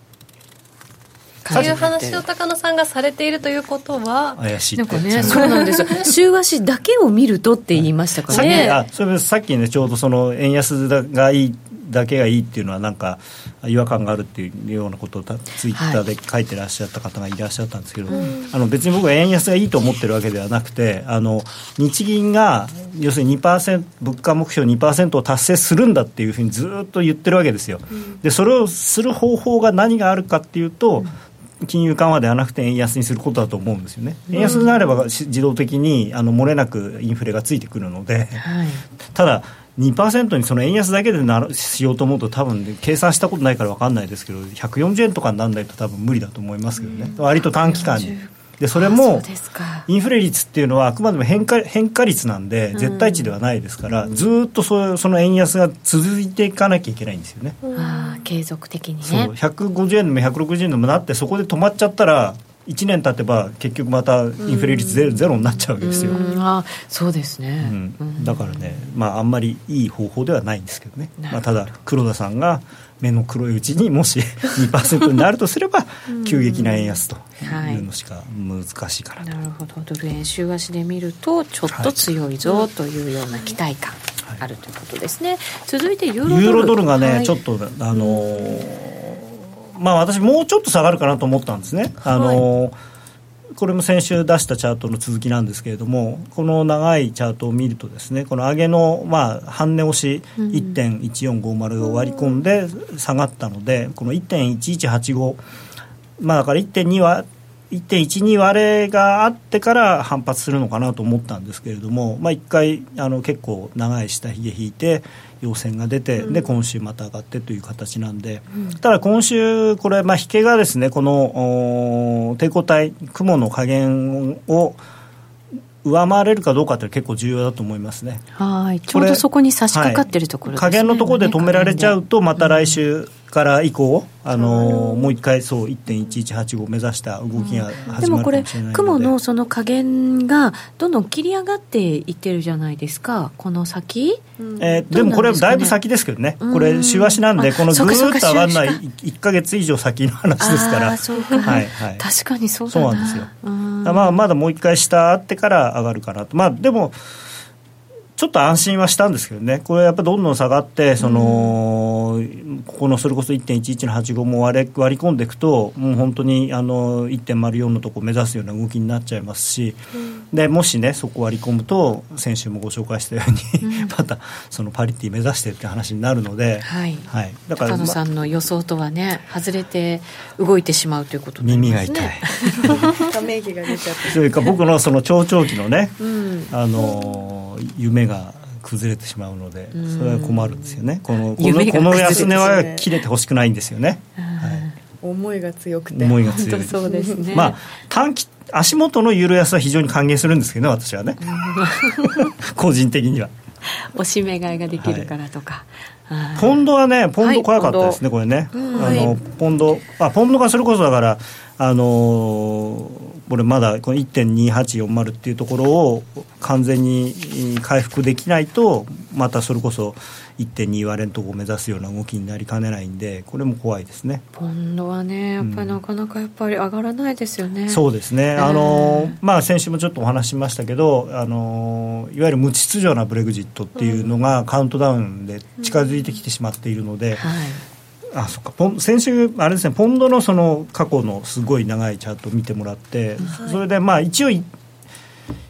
そういう話を高野さんがされているということは怪しいなんかね、そうなんですよ。週足だけを見るとって言いましたからね。 さっき、あ、それさっきね、ちょうどその円安がいいだけがいいっていうのはなんか違和感があるっていうようなことをツイッターで書いてらっしゃった方がいらっしゃったんですけど、はい、あの別に僕は円安がいいと思ってるわけではなくて、あの日銀が要するに にパーセント 物価目標 にパーセント を達成するんだっていうふうにずっと言ってるわけですよ。でそれをする方法が何があるかっていうと、うん、金融緩和ではなくて円安にすることだと思うんですよね。円安になれば自動的にあの漏れなくインフレがついてくるので、はい、ただ にパーセント にその円安だけでなしようと思うと多分、ね、計算したことないから分かんないですけどひゃくよんじゅうえんとかにならないと多分無理だと思いますけどね、割と短期間に。でそれもインフレ率っていうのはあくまでも変化、変化率なんで絶対値ではないですから、うん、ずっとそ, その円安が続いていかなきゃいけないんですよね、 うん、あ継続的にね。 そうひゃくごじゅうえんでもひゃくろくじゅうえんでもなってそこで止まっちゃったらいちねん経てば結局またインフレ率ゼロ、ゼロになっちゃうわけですよ。 うん、あそうですね、 うんうん、だからね、まあ、あんまりいい方法ではないんですけどね、まあ、ただ黒田さんが目の黒いうちにもし にパーセント になるとすれば急激な円安というのしか難しいかなと、 はい、なるほど。ドル円週足で見るとちょっと強いぞというような期待感あるということですね、はい、続いてユーロドル。 ユーロドルがね、はい、ちょっとあのー、 まあ私もうちょっと下がるかなと思ったんですね、あのーはい、これも先週出したチャートの続きなんですけれども、この長いチャートを見るとですね、この上げの、まあ、半値押し いってんいちよんごまる を割り込んで下がったので、この いってんいちいちはちご、まあ、だから いってんに は いってんいちに 割れがあってから反発するのかなと思ったんですけれども、まあ、いっかいあの結構長い下髭引いて陽線が出て、で今週また上がってという形なんで、うん、ただ今週これ、まあ、引けがですね、この抵抗体雲の加減を上回れるかどうかって結構重要だと思いますね。 はい、ちょうどそこに差し掛かってるところですね、 はい、加減のところで止められちゃうとまた来週から以降、あのー、もう一回そう いってんいちいちはちご 目指した動きが始まるかもしれないので、でもこれ雲のその加減がどんどん切り上がっていってるじゃないですか、この先、 うんえー、でもこれはだいぶ先ですけどね、これ週足なんでこのぐーっと上がらないいっかげつ以上先の話ですから、 あそうか、はいはい、確かにそうだな。 そうなんですよ。まあ、まだもう一回下あってから上がるかなと。まあでもちょっと安心はしたんですけどね、これやっぱどんどん下がってその、うん、ここのそれこそ いってんいちいちのはちご も割れ割り込んでいくともう本当にあの いってんまるよん のとこを目指すような動きになっちゃいますし、うん、でもしねそこ割り込むと先週もご紹介したように、うん、またそのパリティ目指してって話になるので、 はいはい、だから高野さんの予想とはね外れて動いてしまうということになりますね。 耳が痛いため息が出ちゃってそれから僕のその長長期のね、うん、あの夢が崩れてしまうのでそれは困るんですよね。この、この、この安値は切れてほしくないんですよね、はい、 思いが強くて思いが強いそうですね。 まあ短期足元の緩安は非常に歓迎するんですけどね、私はね個人的にはおしめ買いができるからとか、 はい、ポンドはねポンド怖かったですね、はい、これね、うん、あのポンドあポンドがそれこそだからあのーこれまだこの いってんにはちよんまる っていうところを完全に回復できないとまたそれこそ いってんに 割れのところを目指すような動きになりかねないんで、これも怖いですね。 ポンドはねやっぱりなかなかやっぱり上がらないですよね、うん、 そうですね、あの、まあ、先週もちょっとお話ししましたけど、あのいわゆる無秩序なブレグジットっていうのがカウントダウンで近づいてきてしまっているので、うんうんはいあそっかポン先週あれですねポンドのその過去のすごい長いチャートを見てもらって、はい、それでまあ一応 1,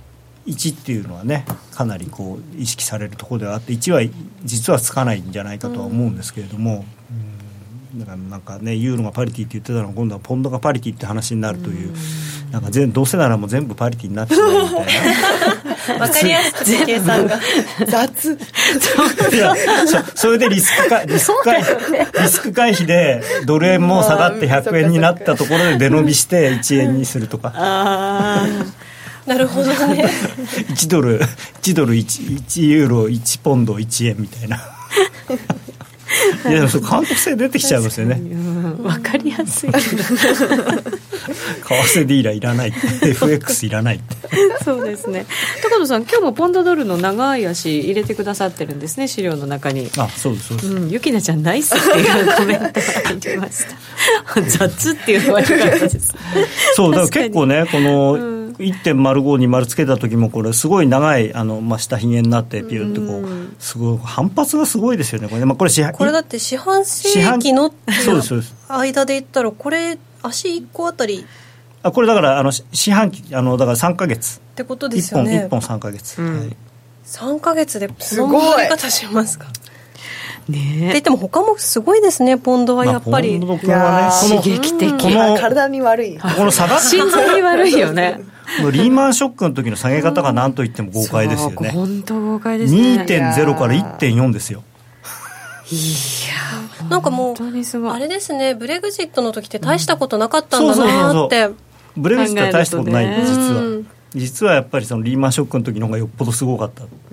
いちっていうのはねかなりこう意識されるところではあって、いちは実はつかないんじゃないかとは思うんですけれども、うん、だからなんかねユーロがパリティって言ってたのが今度はポンドがパリティって話になるという、うなんか全どうせならもう全部パリティになってしまうみたいな分かりやすくて計算が雑いや そ, それでリスクかリスク回避、リスク回避でドル円も下がってひゃくえんになったところで出伸びしていちえんにするとかあなるほどねいちドルいちドル 1, いちユーロいちポンドいちえんみたいないやそ韓国製出てきちゃいますよね。 分かりやすいけど為替ディーラーいらないエフエックス いらないってそうですね。高野さん今日もポンドドルの長い足入れてくださってるんですね、資料の中に。 あ、そうですそうです、 うん、ゆきなちゃんナイスっていうコメントが入りました雑っていうのは良かったですそうだから結構ねこの いってんまるごにまる つけた時もこれすごい長いあの、まあ、下髭になってピュッとこうすごい反発がすごいですよねこれね、まあ、これ四これだって四半世紀のっていう間で言ったらこれ足いっこあたりあこれだからあの四半期あのだからさんかげつってことですよね。 いっぽんいっぽんさんかげつ、うんはい、 さんかげつでこの戻り方しますかねえって言っても他もすごいですね。ポンドはやっぱり、 まあ、ポンドはね刺激的、 この体に悪いこの下が心臓に悪いよねリーマンショックの時の下げ方が何と言っても豪快ですよね。 本当豪快ですね。 にてんゼロ から いってんよん ですよ。 いやなんかもうあれですね、ブレグジットの時って大したことなかったんだなって、うん、そうそうそうそうブレグジットは大したことないんで、実は実はやっぱりそのリーマンショックの時の方がよっぽどすごかった。うー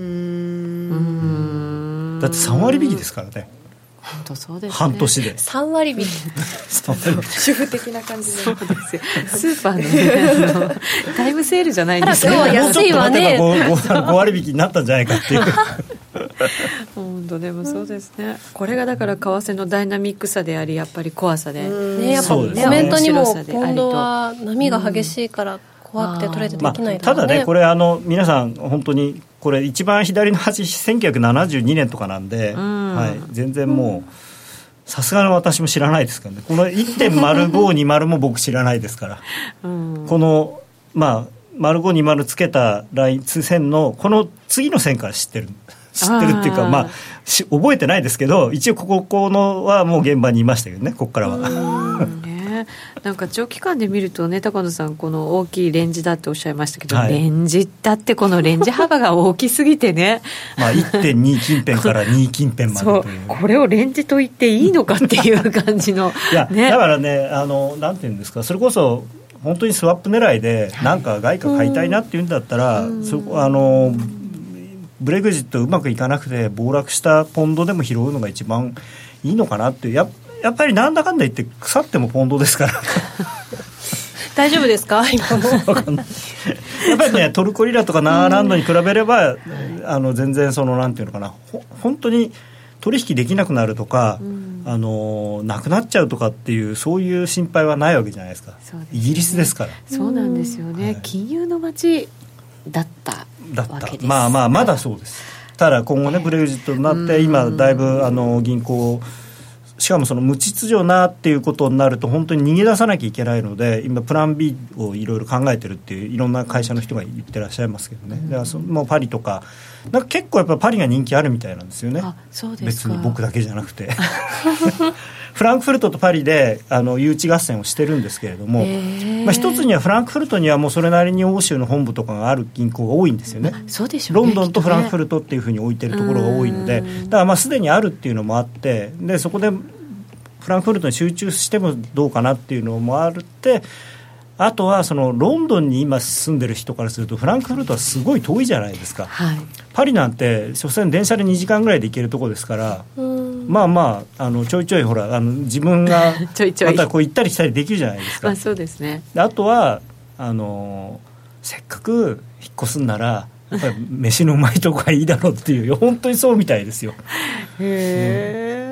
んだってさんわり引きですからね。 本当そうですね。 半年でさんわり引き主婦的な感じで。 そうですよ。スーパーの、ね、あのタイムセールじゃないんですよ。 今日は安いわね。 ごわり引きになったんじゃないかっていう本当でもそうですね。これがだから為替のダイナミックさでありやっぱり怖さで、 ね、やっぱコメントにもポンドは波が激しいから怖くてトレードできない、ねまあ、ただねこれあの皆さん本当にこれ一番左の端せんきゅうひゃくななじゅうにねんとかなんで、うんはい、全然もうさすがの私も知らないですからね。この いってんまるごにまる も僕知らないですから、うん、このまあまるごにまるつけたライン線のこの次の線から知ってる知ってるっていうかまあ覚えてないですけど一応こここのはもう現場にいましたけどね、ここからはうんね、なんか長期間で見るとね高野さんこの大きいレンジだっておっしゃいましたけど、はい、レンジだってこのレンジ幅が大きすぎてねまあ いってんに 近辺からに近辺までというそうこれをレンジと言っていいのかっていう感じのいや、 ね、 だからねあのなんていうんですか、それこそ本当にスワップ狙いでなんか外貨買いたいなっていうんだったら、うん、そこあのブレグジットうまくいかなくて暴落したポンドでも拾うのが一番いいのかなっていう。ややっぱりなんだかんだ言って腐ってもポンドですから大丈夫ですか今も分かんないやっぱりねトルコリラとかナーランドに比べれば、うん、あの全然そのなんていうのかなほ本当に取引できなくなるとか、うん、あのなくなっちゃうとかっていうそういう心配はないわけじゃないですか。そうですね、イギリスですから。 そうなんですよね、はい、金融の街だったわけです。 まあまあまだそうです。ただ今後ねブレグジットになって今だいぶあの銀行しかもその無秩序なっていうことになると本当に逃げ出さなきゃいけないので今プラン B をいろいろ考えてるっていういろんな会社の人が言ってらっしゃいますけどね、うん、だからそもうパリとかなんか結構やっぱパリが人気あるみたいなんですよね。 あ、そうですか。 別に僕だけじゃなくてフランクフルトとパリであの誘致合戦をしてるんですけれども、まあ、一つにはフランクフルトにはもうそれなりに欧州の本部とかがある銀行が多いんですよね。 そうでしょうね。 ロンドンとフランクフルトっていうふうに置いてるところが多いので、だからまあすでにあるっていうのもあってでそこでフランクフルトに集中してもどうかなっていうのもあるって、あとはそのロンドンに今住んでる人からするとフランクフルトはすごい遠いじゃないですか、はい、パリなんて所詮電車でにじかんぐらいで行けるところですから、まあまあ、あのちょいちょいほらあの自分がちょいちょいまたこう行ったり来たりできるじゃないですか。 まあそうですね。 あとはあのせっかく引っ越すんならやっぱり飯のうまいとこがいいだろうっていう本当にそうみたいですよ。 へー、 うん、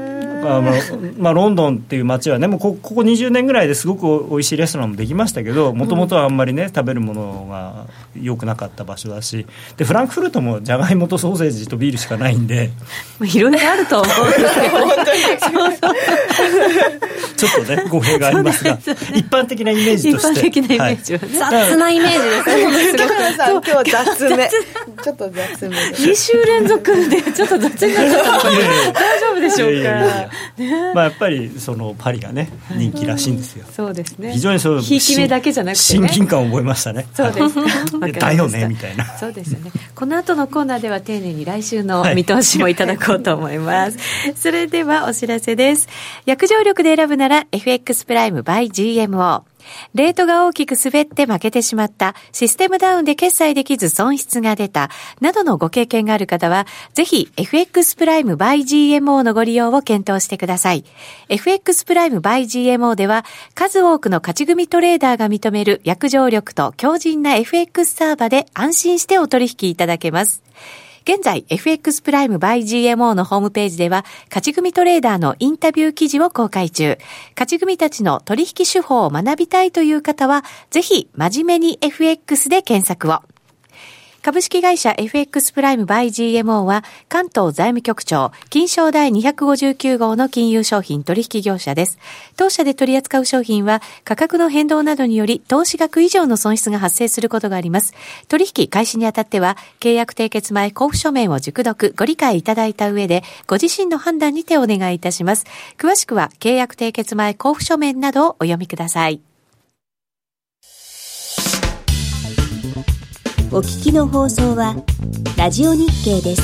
あの、まあ、ロンドンっていう街はねもうここにじゅうねんぐらいですごくおいしいレストランもできましたけどもともとはあんまりね食べるものが良くなかった場所だしでフランクフルトもじゃがいもとソーセージとビールしかないんでいろいろあると思うんですけど本当にちょっとね語弊がありますが一般的なイメージとして一般的なイメージはね、 はい、雑なイメージですね高野さん今日雑めちょっと雑めでに週連続でちょっと雑になっちゃったの大丈夫でしょうか。いやいやいや、 ね、まあ、やっぱりそのパリがね人気らしいんですよ、 うん、そうですね非常にそうひいき目だけじゃなくて、ね、 親近感を覚えましたね。 そうですかだよねみたいな。 そうですよね。この後のコーナーでは丁寧に来週の見通しもいただこうと思います、はい、それではお知らせです。約定力で選ぶなら エフエックス プライム by ジーエムオー。レートが大きく滑って負けてしまった、システムダウンで決済できず損失が出たなどのご経験がある方はぜひ エフエックス プライム by ジーエムオー のご利用を検討してください。 エフエックス プライム by ジーエムオー では数多くの勝ち組トレーダーが認める約定力と強靭な エフエックス サーバで安心してお取引いただけます。現在 エフエックス プライム by ジーエムオー のホームページでは勝ち組トレーダーのインタビュー記事を公開中。勝ち組たちの取引手法を学びたいという方はぜひ真面目に エフエックス で検索を。株式会社 エフエックス プライム by ジーエムオー は関東財務局長金商第にひゃくごじゅうきゅう号の金融商品取引業者です。当社で取り扱う商品は価格の変動などにより投資額以上の損失が発生することがあります。取引開始にあたっては契約締結前交付書面を熟読ご理解いただいた上でご自身の判断にてお願いいたします。詳しくは契約締結前交付書面などをお読みください。 お聞きの放送はラジオ日経です。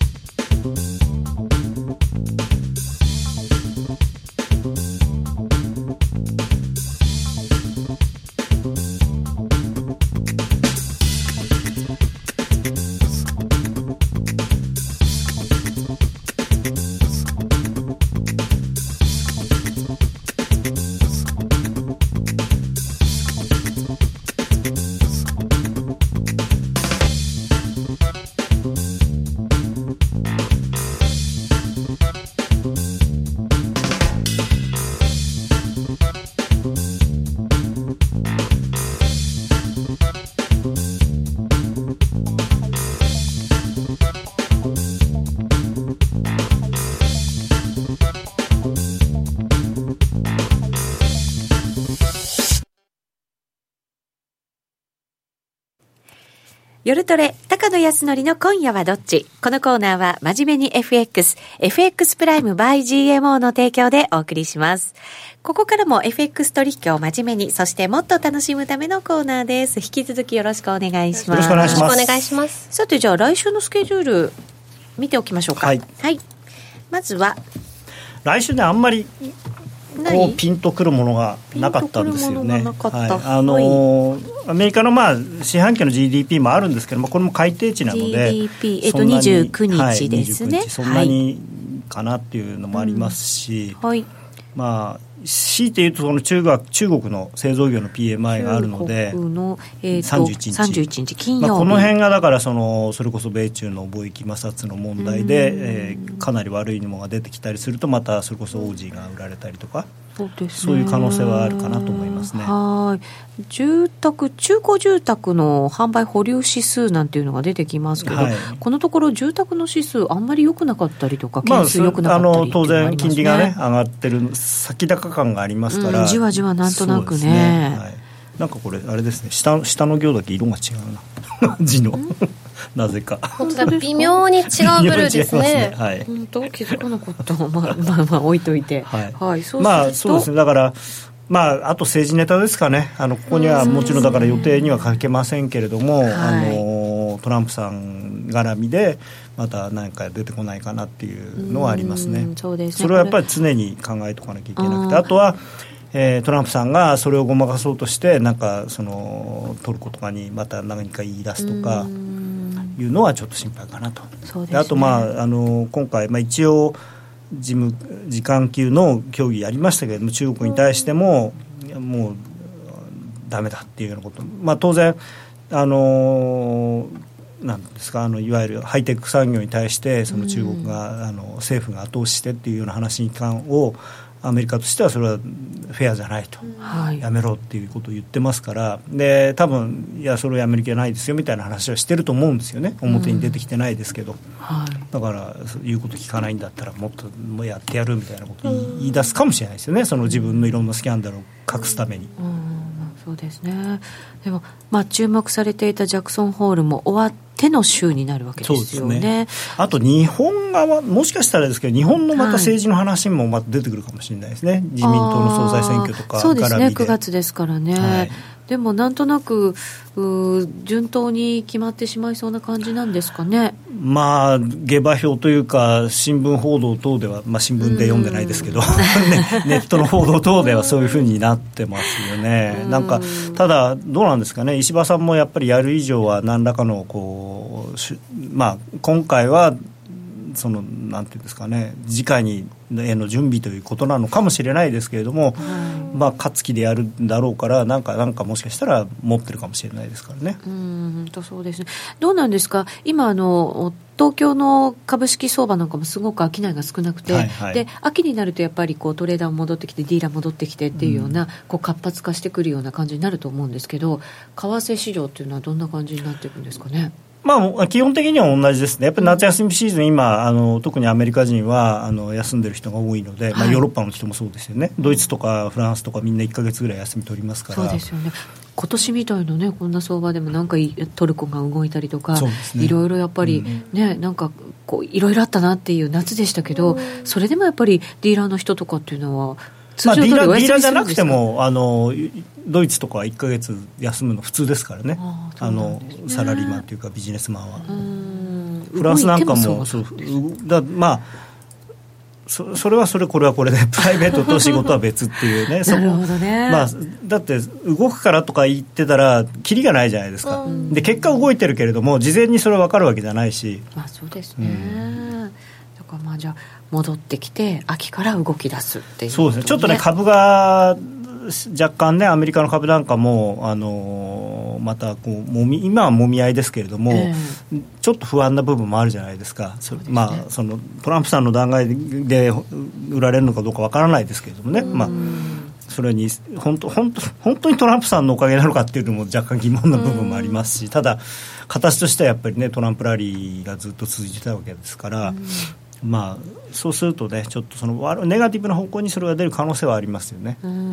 夜トレ高野康則の今夜はどっち。このコーナーは真面目に エフエックス エフエックス プライム by ジーエムオー の提供でお送りします。ここからも エフエックス 取引を真面目にそしてもっと楽しむためのコーナーです。引き続きよろしくお願いします。 よろしくお願いします。 よろしくお願いします。 さてじゃあ来週のスケジュール見ておきましょうか。 はい、 はい、まずは来週ねあんまりこうピンとくるものがなかったんですよね。はい、あのーはい、アメリカのまあ四半期の ジーディーピー もあるんですけど、まあ、これも改定値なのでジーディーピー、えっと、にじゅうくにちですね、 はい、そんなにかなっていうのもありますし、 うんはい、 まあ強いて言うとその中国、中国の製造業の ピーエムアイ があるので中国の、えー、とさんじゅういちにち、 さんじゅういちにち金曜日、 まあ、この辺がだからそのそれこそ米中の貿易摩擦の問題で、えー、かなり悪いものが出てきたりするとまたそれこそオージーが売られたりとか、 そうですね、 そういう可能性はあるかなと思いますね。 はい、住宅中古住宅の販売保留指数なんていうのが出てきますけど、はい、このところ住宅の指数あんまり良くなかったりとか件数良くなかったりっていうのがありますね。まあ、あの当然金利がね上がってる先高感がありますから、うん、 じわじわなんとなく ね, ね、はい、なんかこれあれですね 下, 下の行だけ色が違うな字のなぜか本当だ微妙に違うブルーですね。 ね、はい、 本当気づかなかったまあまあまあ置いといて、はいはい、そうするとまあそうですね、だからまあ、あと政治ネタですかね。あのここにはもちろんだから予定には書けませんけれども、はい、あのトランプさん絡みでまた何か出てこないかなっていうのはありますね。 そうですね、 それはやっぱり常に考えておかなきゃいけなくて、 あ, あとは、えー、トランプさんがそれをごまかそうとしてなんかそのトルコとかにまた何か言い出すとかいうのはちょっと心配かなと。 そうですね、 あと、まあ、あの今回、まあ、一応事務次官級の協議やりましたけれども中国に対してももうダメだっていうようなこと、まあ、当然あのなんですか、あのいわゆるハイテク産業に対してその中国が、うん、あの政府が後押ししてっていうような話に関をアメリカとしてはそれはフェアじゃないと、うん、やめろっていうことを言ってますから、で多分いやそれをやめる気はないですよみたいな話はしてると思うんですよね。表に出てきてないですけど、うんはい、だから言うこと聞かないんだったらもっともうやってやるみたいなことを言い出すかもしれないですよね、その自分のいろんなスキャンダルを隠すために、 うんそうですね。でも、まあ、注目されていたジャクソンホールも終わっての週になるわけですよ ね, そうですね。 あと日本側もしかしたらですけど日本のまた政治の話もまた出てくるかもしれないですね、はい、自民党の総裁選挙とかそうですね、くがつですからね、はい、でもなんとなく順当に決まってしまいそうな感じなんですかね。 まあ下馬評というか新聞報道等では、まあ、新聞で読んでないですけど、ね、ネットの報道等ではそういうふうになってますよね。なんかただどうなんですかね、石破さんもやっぱりやる以上は何らかのこう、まあ、今回はそのなんていうんですかね、次回にへの準備ということなのかもしれないですけれども、まあ、勝つ気でやるんだろうからなんか、なんかもしかしたら持ってるかもしれないですからね。 うんとそうですね。どうなんですか今あの東京の株式相場なんかもすごく商いが少なくて、はいはい、で秋になるとやっぱりこうトレーダー戻ってきてディーラー戻ってきてっていうような、うん、こう活発化してくるような感じになると思うんですけど、為替市場っていうのはどんな感じになっていくんですかね。 まあ、基本的には同じですね。やっぱり夏休みシーズン、今あの特にアメリカ人はあの休んでる人が多いので、はい、まあ、ヨーロッパの人もそうですよね。ドイツとかフランスとかみんないっかげつぐらい休み取りますから。 そうですよね。今年みたいなね、こんな相場でもなんかトルコが動いたりとか、ね、いろいろやっぱり、ね、なんかこういろいろあったなっていう夏でしたけど、それでもやっぱりディーラーの人とかっていうのはまあ、ディーラー、ディーラーじゃなくてもあのドイツとかはいっかげつ休むの普通ですからね。ああのサラリーマンというかビジネスマンは。フランスなんかもそうだ、まあ、そ, それはそれこれはこれでプライベートと仕事は別っていうね。 なるほどね。 まあ、だって動くからとか言ってたらキリがないじゃないですか。で結果動いてるけれども事前にそれは分かるわけじゃないし、 まあ、そうですね、うん、だからまあじゃあ戻ってきて秋から動き出すっていう、ね、 そうですね。ちょっとね株が若干ねアメリカの株なんかもあのまたこうもみ今はもみ合いですけれども、えー、ちょっと不安な部分もあるじゃないですか。そうですね。まあ、そのトランプさんの段階で売られるのかどうかわからないですけれどもね、まあ、それに本当、本当、本当にトランプさんのおかげなのかっていうのも若干疑問な部分もありますし、ただ形としてはやっぱりねトランプラリーがずっと続いてたわけですから、まあ、そうするとねちょっとそのネガティブな方向にそれが出る可能性はありますよね。うん、うん、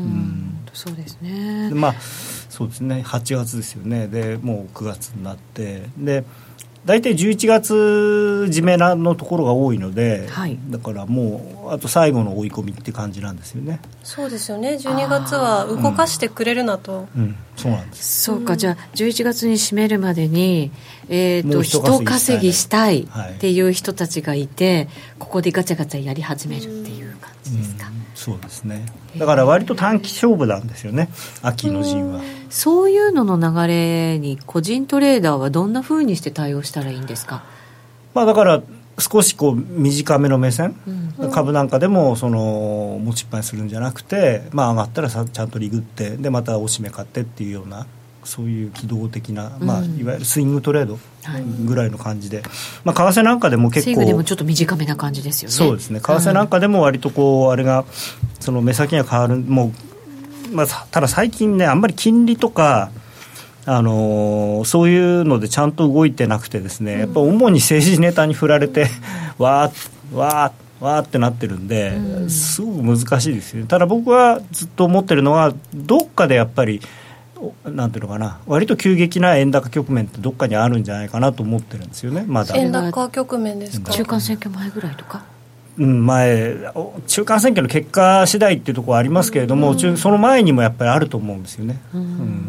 そうですね。 まあそうですね、はちがつですよね。でもうくがつになってで大体じゅういちがつ締めのところが多いので、はい、だからもうあと最後の追い込みって感じなんですよね。 そうですよね。じゅうにがつは動かしてくれるなと、 うんうん、そうなんです。 そうか、じゃあじゅういちがつに締めるまでに、えー、と人稼ぎしたいっていう人たちがいて、はい、ここでガチャガチャやり始めるっていう感じですか。うん、 そうですね。だから割と短期勝負なんですよね、秋の陣は。 そういうのの流れに個人トレーダーはどんな風にして対応したらいいんですか。 まあ、だから少しこう短めの目線、うん、株なんかでもその持ちっぱにするんじゃなくて、まあ、上がったらさちゃんとリグってでまたおしめ買ってっていうようなそういう機動的な、まあ、いわゆるスイングトレードぐらいの感じで、はい、まあ、為替なんかでも結構スイングでもちょっと短めな感じですよね。 そうですね。為替なんかでも割とこうあれがその目先が変わるもう、まあ、ただ最近ねあんまり金利とかあのー、そういうのでちゃんと動いてなくてですね、やっぱ主に政治ネタに振られてわーわーわーってなってるんで、うん、すごく難しいですよね。ただ僕はずっと思ってるのはどっかでやっぱりなんていうのかな、割と急激な円高局面ってどっかにあるんじゃないかなと思ってるんですよね。まだ円高局面ですか。 中間選挙前ぐらいとか、 うん、前中間選挙の結果次第っていうところはありますけれども、うん、その前にもやっぱりあると思うんですよね、うんうん、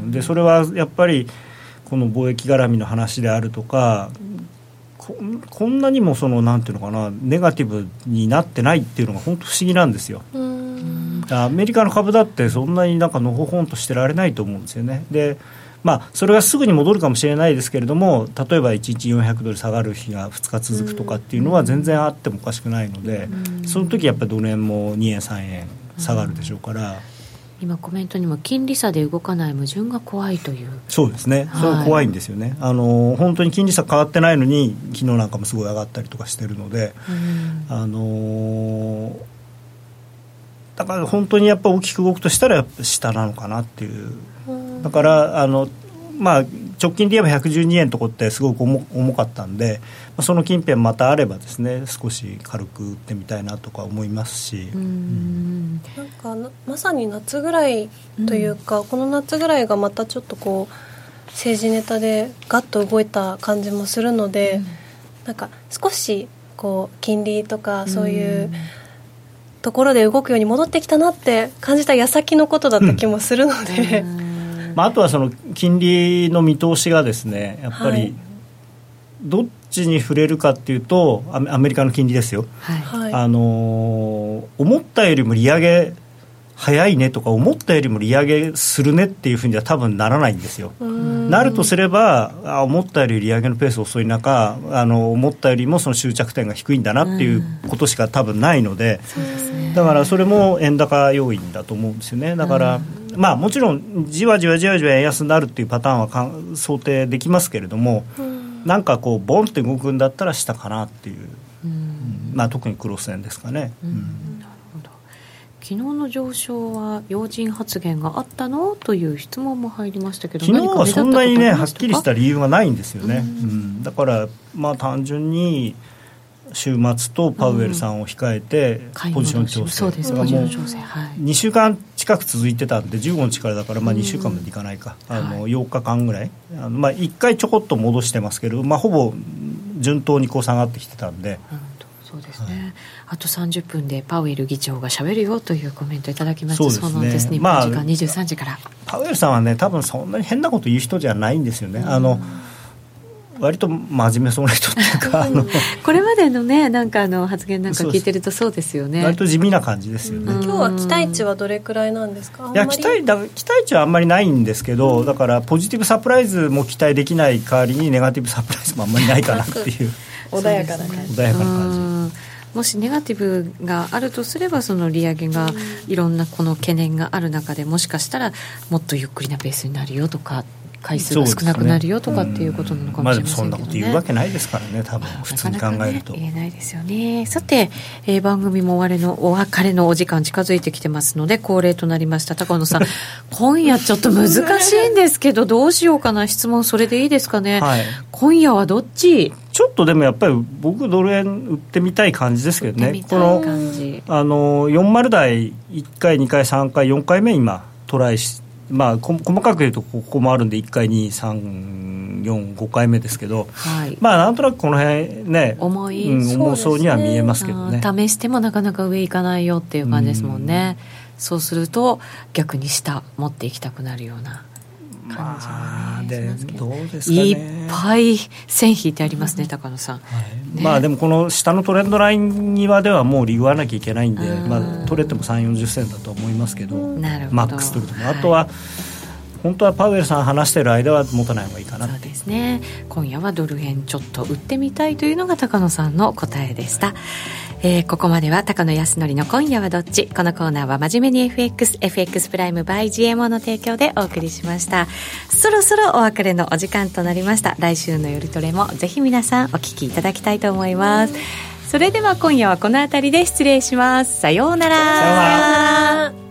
でそれはやっぱりこの貿易絡みの話であるとか、こ, こんなにもそのなんていうのかなネガティブになってないっていうのが本当不思議なんですよ。うん、アメリカの株だってそんなになんかのほほんとしてられないと思うんですよね。でまあ、それがすぐに戻るかもしれないですけれども、例えばいちにちよんひゃくドル下がる日がふつか続くとかっていうのは全然あってもおかしくないので、その時やっぱりドル円もにえんさんえん下がるでしょうから、 今コメントにも金利差で動かない矛盾が怖いという。 そうですね、はい、それは怖いんですよね。あの本当に金利差変わってないのに昨日なんかもすごい上がったりとかしてるので、うん、あのだから本当にやっぱ大きく動くとしたらやっぱ下なのかなっていう、うん、だからあのまあ、直近で言えばひゃくじゅうにえんとこってすごく 重, 重かったんで、その近辺またあればですね少し軽く売ってみたいなとか思いますし、うん、 なんかまさに夏ぐらいというか、うん、この夏ぐらいがまたちょっとこう政治ネタでガッと動いた感じもするので、うん、なんか少しこう金利とかそういうところで動くように戻ってきたなって感じた矢先のことだった気もするので、うんまあ、あとはその金利の見通しがですねやっぱりどっちに触れるかっていうとアメリカの金利ですよ、はい、あの思ったよりも利上げ早いねとか思ったよりも利上げするねっていうふうには多分ならないんですよ。なるとすればあ思ったより利上げのペース遅い中あの思ったよりもその終着点が低いんだなっていうことしか多分ないので、そうですね、だからそれも円高要因だと思うんですよね。だからまあもちろんじわじわじわじわ円安になるっていうパターンはかん想定できますけれども、なんかこうボンって動くんだったら下かなっていう、うんまあ、特にクロス円ですかね、うんうん昨日の上昇は要人発言があったのという質問も入りましたけど、 昨日はそんなにねはっきりした理由がないんですよね、うんうん、だからまあ単純に週末とパウエルさんを控えてポジション調整、 そうですポジション調整、はい、 にしゅうかん近く続いてたんでじゅうごにちからだからまあにしゅうかんまでいかないか、うん、あのようかかんぐらいあのまあいっかいちょこっと戻してますけど、まあ、ほぼ順当にこう下がってきてたんで、うんそうですね、はい、あとさんじゅっぷんでパウエル議長がしゃべるよというコメントいただきました。そうですね、そうなんです日本時間にじゅうさんじから、 まあ、パウエルさんはね多分そんなに変なこと言う人じゃないんですよね。あの割と真面目そうな人っていうかあのこれまでのねなんかあの発言なんか聞いてるとそうですよね。 割と地味な感じですよね。 今日は期待値はどれくらいなんですか。 いや期待だ期待値はあんまりないんですけど、だからポジティブサプライズも期待できない代わりにネガティブサプライズもあんまりないかなっていう穏やかな感じ、 穏やかな感じ。 もしネガティブがあるとすればその利上げがいろんなこの懸念がある中でもしかしたらもっとゆっくりなペースになるよとか回数が少なくなるよとかっていうことなのかもしれませんけどね。まあ、でもそんなこと言うわけないですからね多分普通に考えると、なかなか、ね、言えないですよね。さて、えー、番組も終わりのお別れのお時間近づいてきてますので恒例となりました高野さん今夜ちょっと難しいんですけどどうしようかな質問それでいいですかね、はい、今夜はどっちちょっとでもやっぱり僕ドル円売ってみたい感じですけどね。このあのよんじゅう台いっかいにかいさんかいよんかいめ今トライし、まあ、細かく言うとここもあるんでいっかいにさんよんごかいめですけど、はい、まあなんとなくこの辺ね重い、 うん、重そうには見えますけどね。 試してもなかなか上行かないよっていう感じですもんね。うんそうすると逆に下持っていきたくなるような感じは、ね、 まあ、でどうですかね。 いっぱい線引いてありますね、うん、高野さん、 はいね、まあでもこの下のトレンドライン際ではもう利食わなきゃいけないんで、まあ、取れてもさんじゅうよんじゅっせんだと思いますけど、 なるほどマックス取るとも、あとは、はい、本当はパウエルさん話している間は持たない方がいいかな。 そうですね。今夜はドル円ちょっと売ってみたいというのが高野さんの答えでした、はい。えー、ここまでは高野康則の今夜はどっち。このコーナーは真面目に エフエックス エフエックス プライム by ジーエムオー の提供でお送りしました。そろそろお別れのお時間となりました。来週の夜トレもぜひ皆さんお聞きいただきたいと思います。それでは今夜はこの辺りで失礼します。さようなら。 さようなら。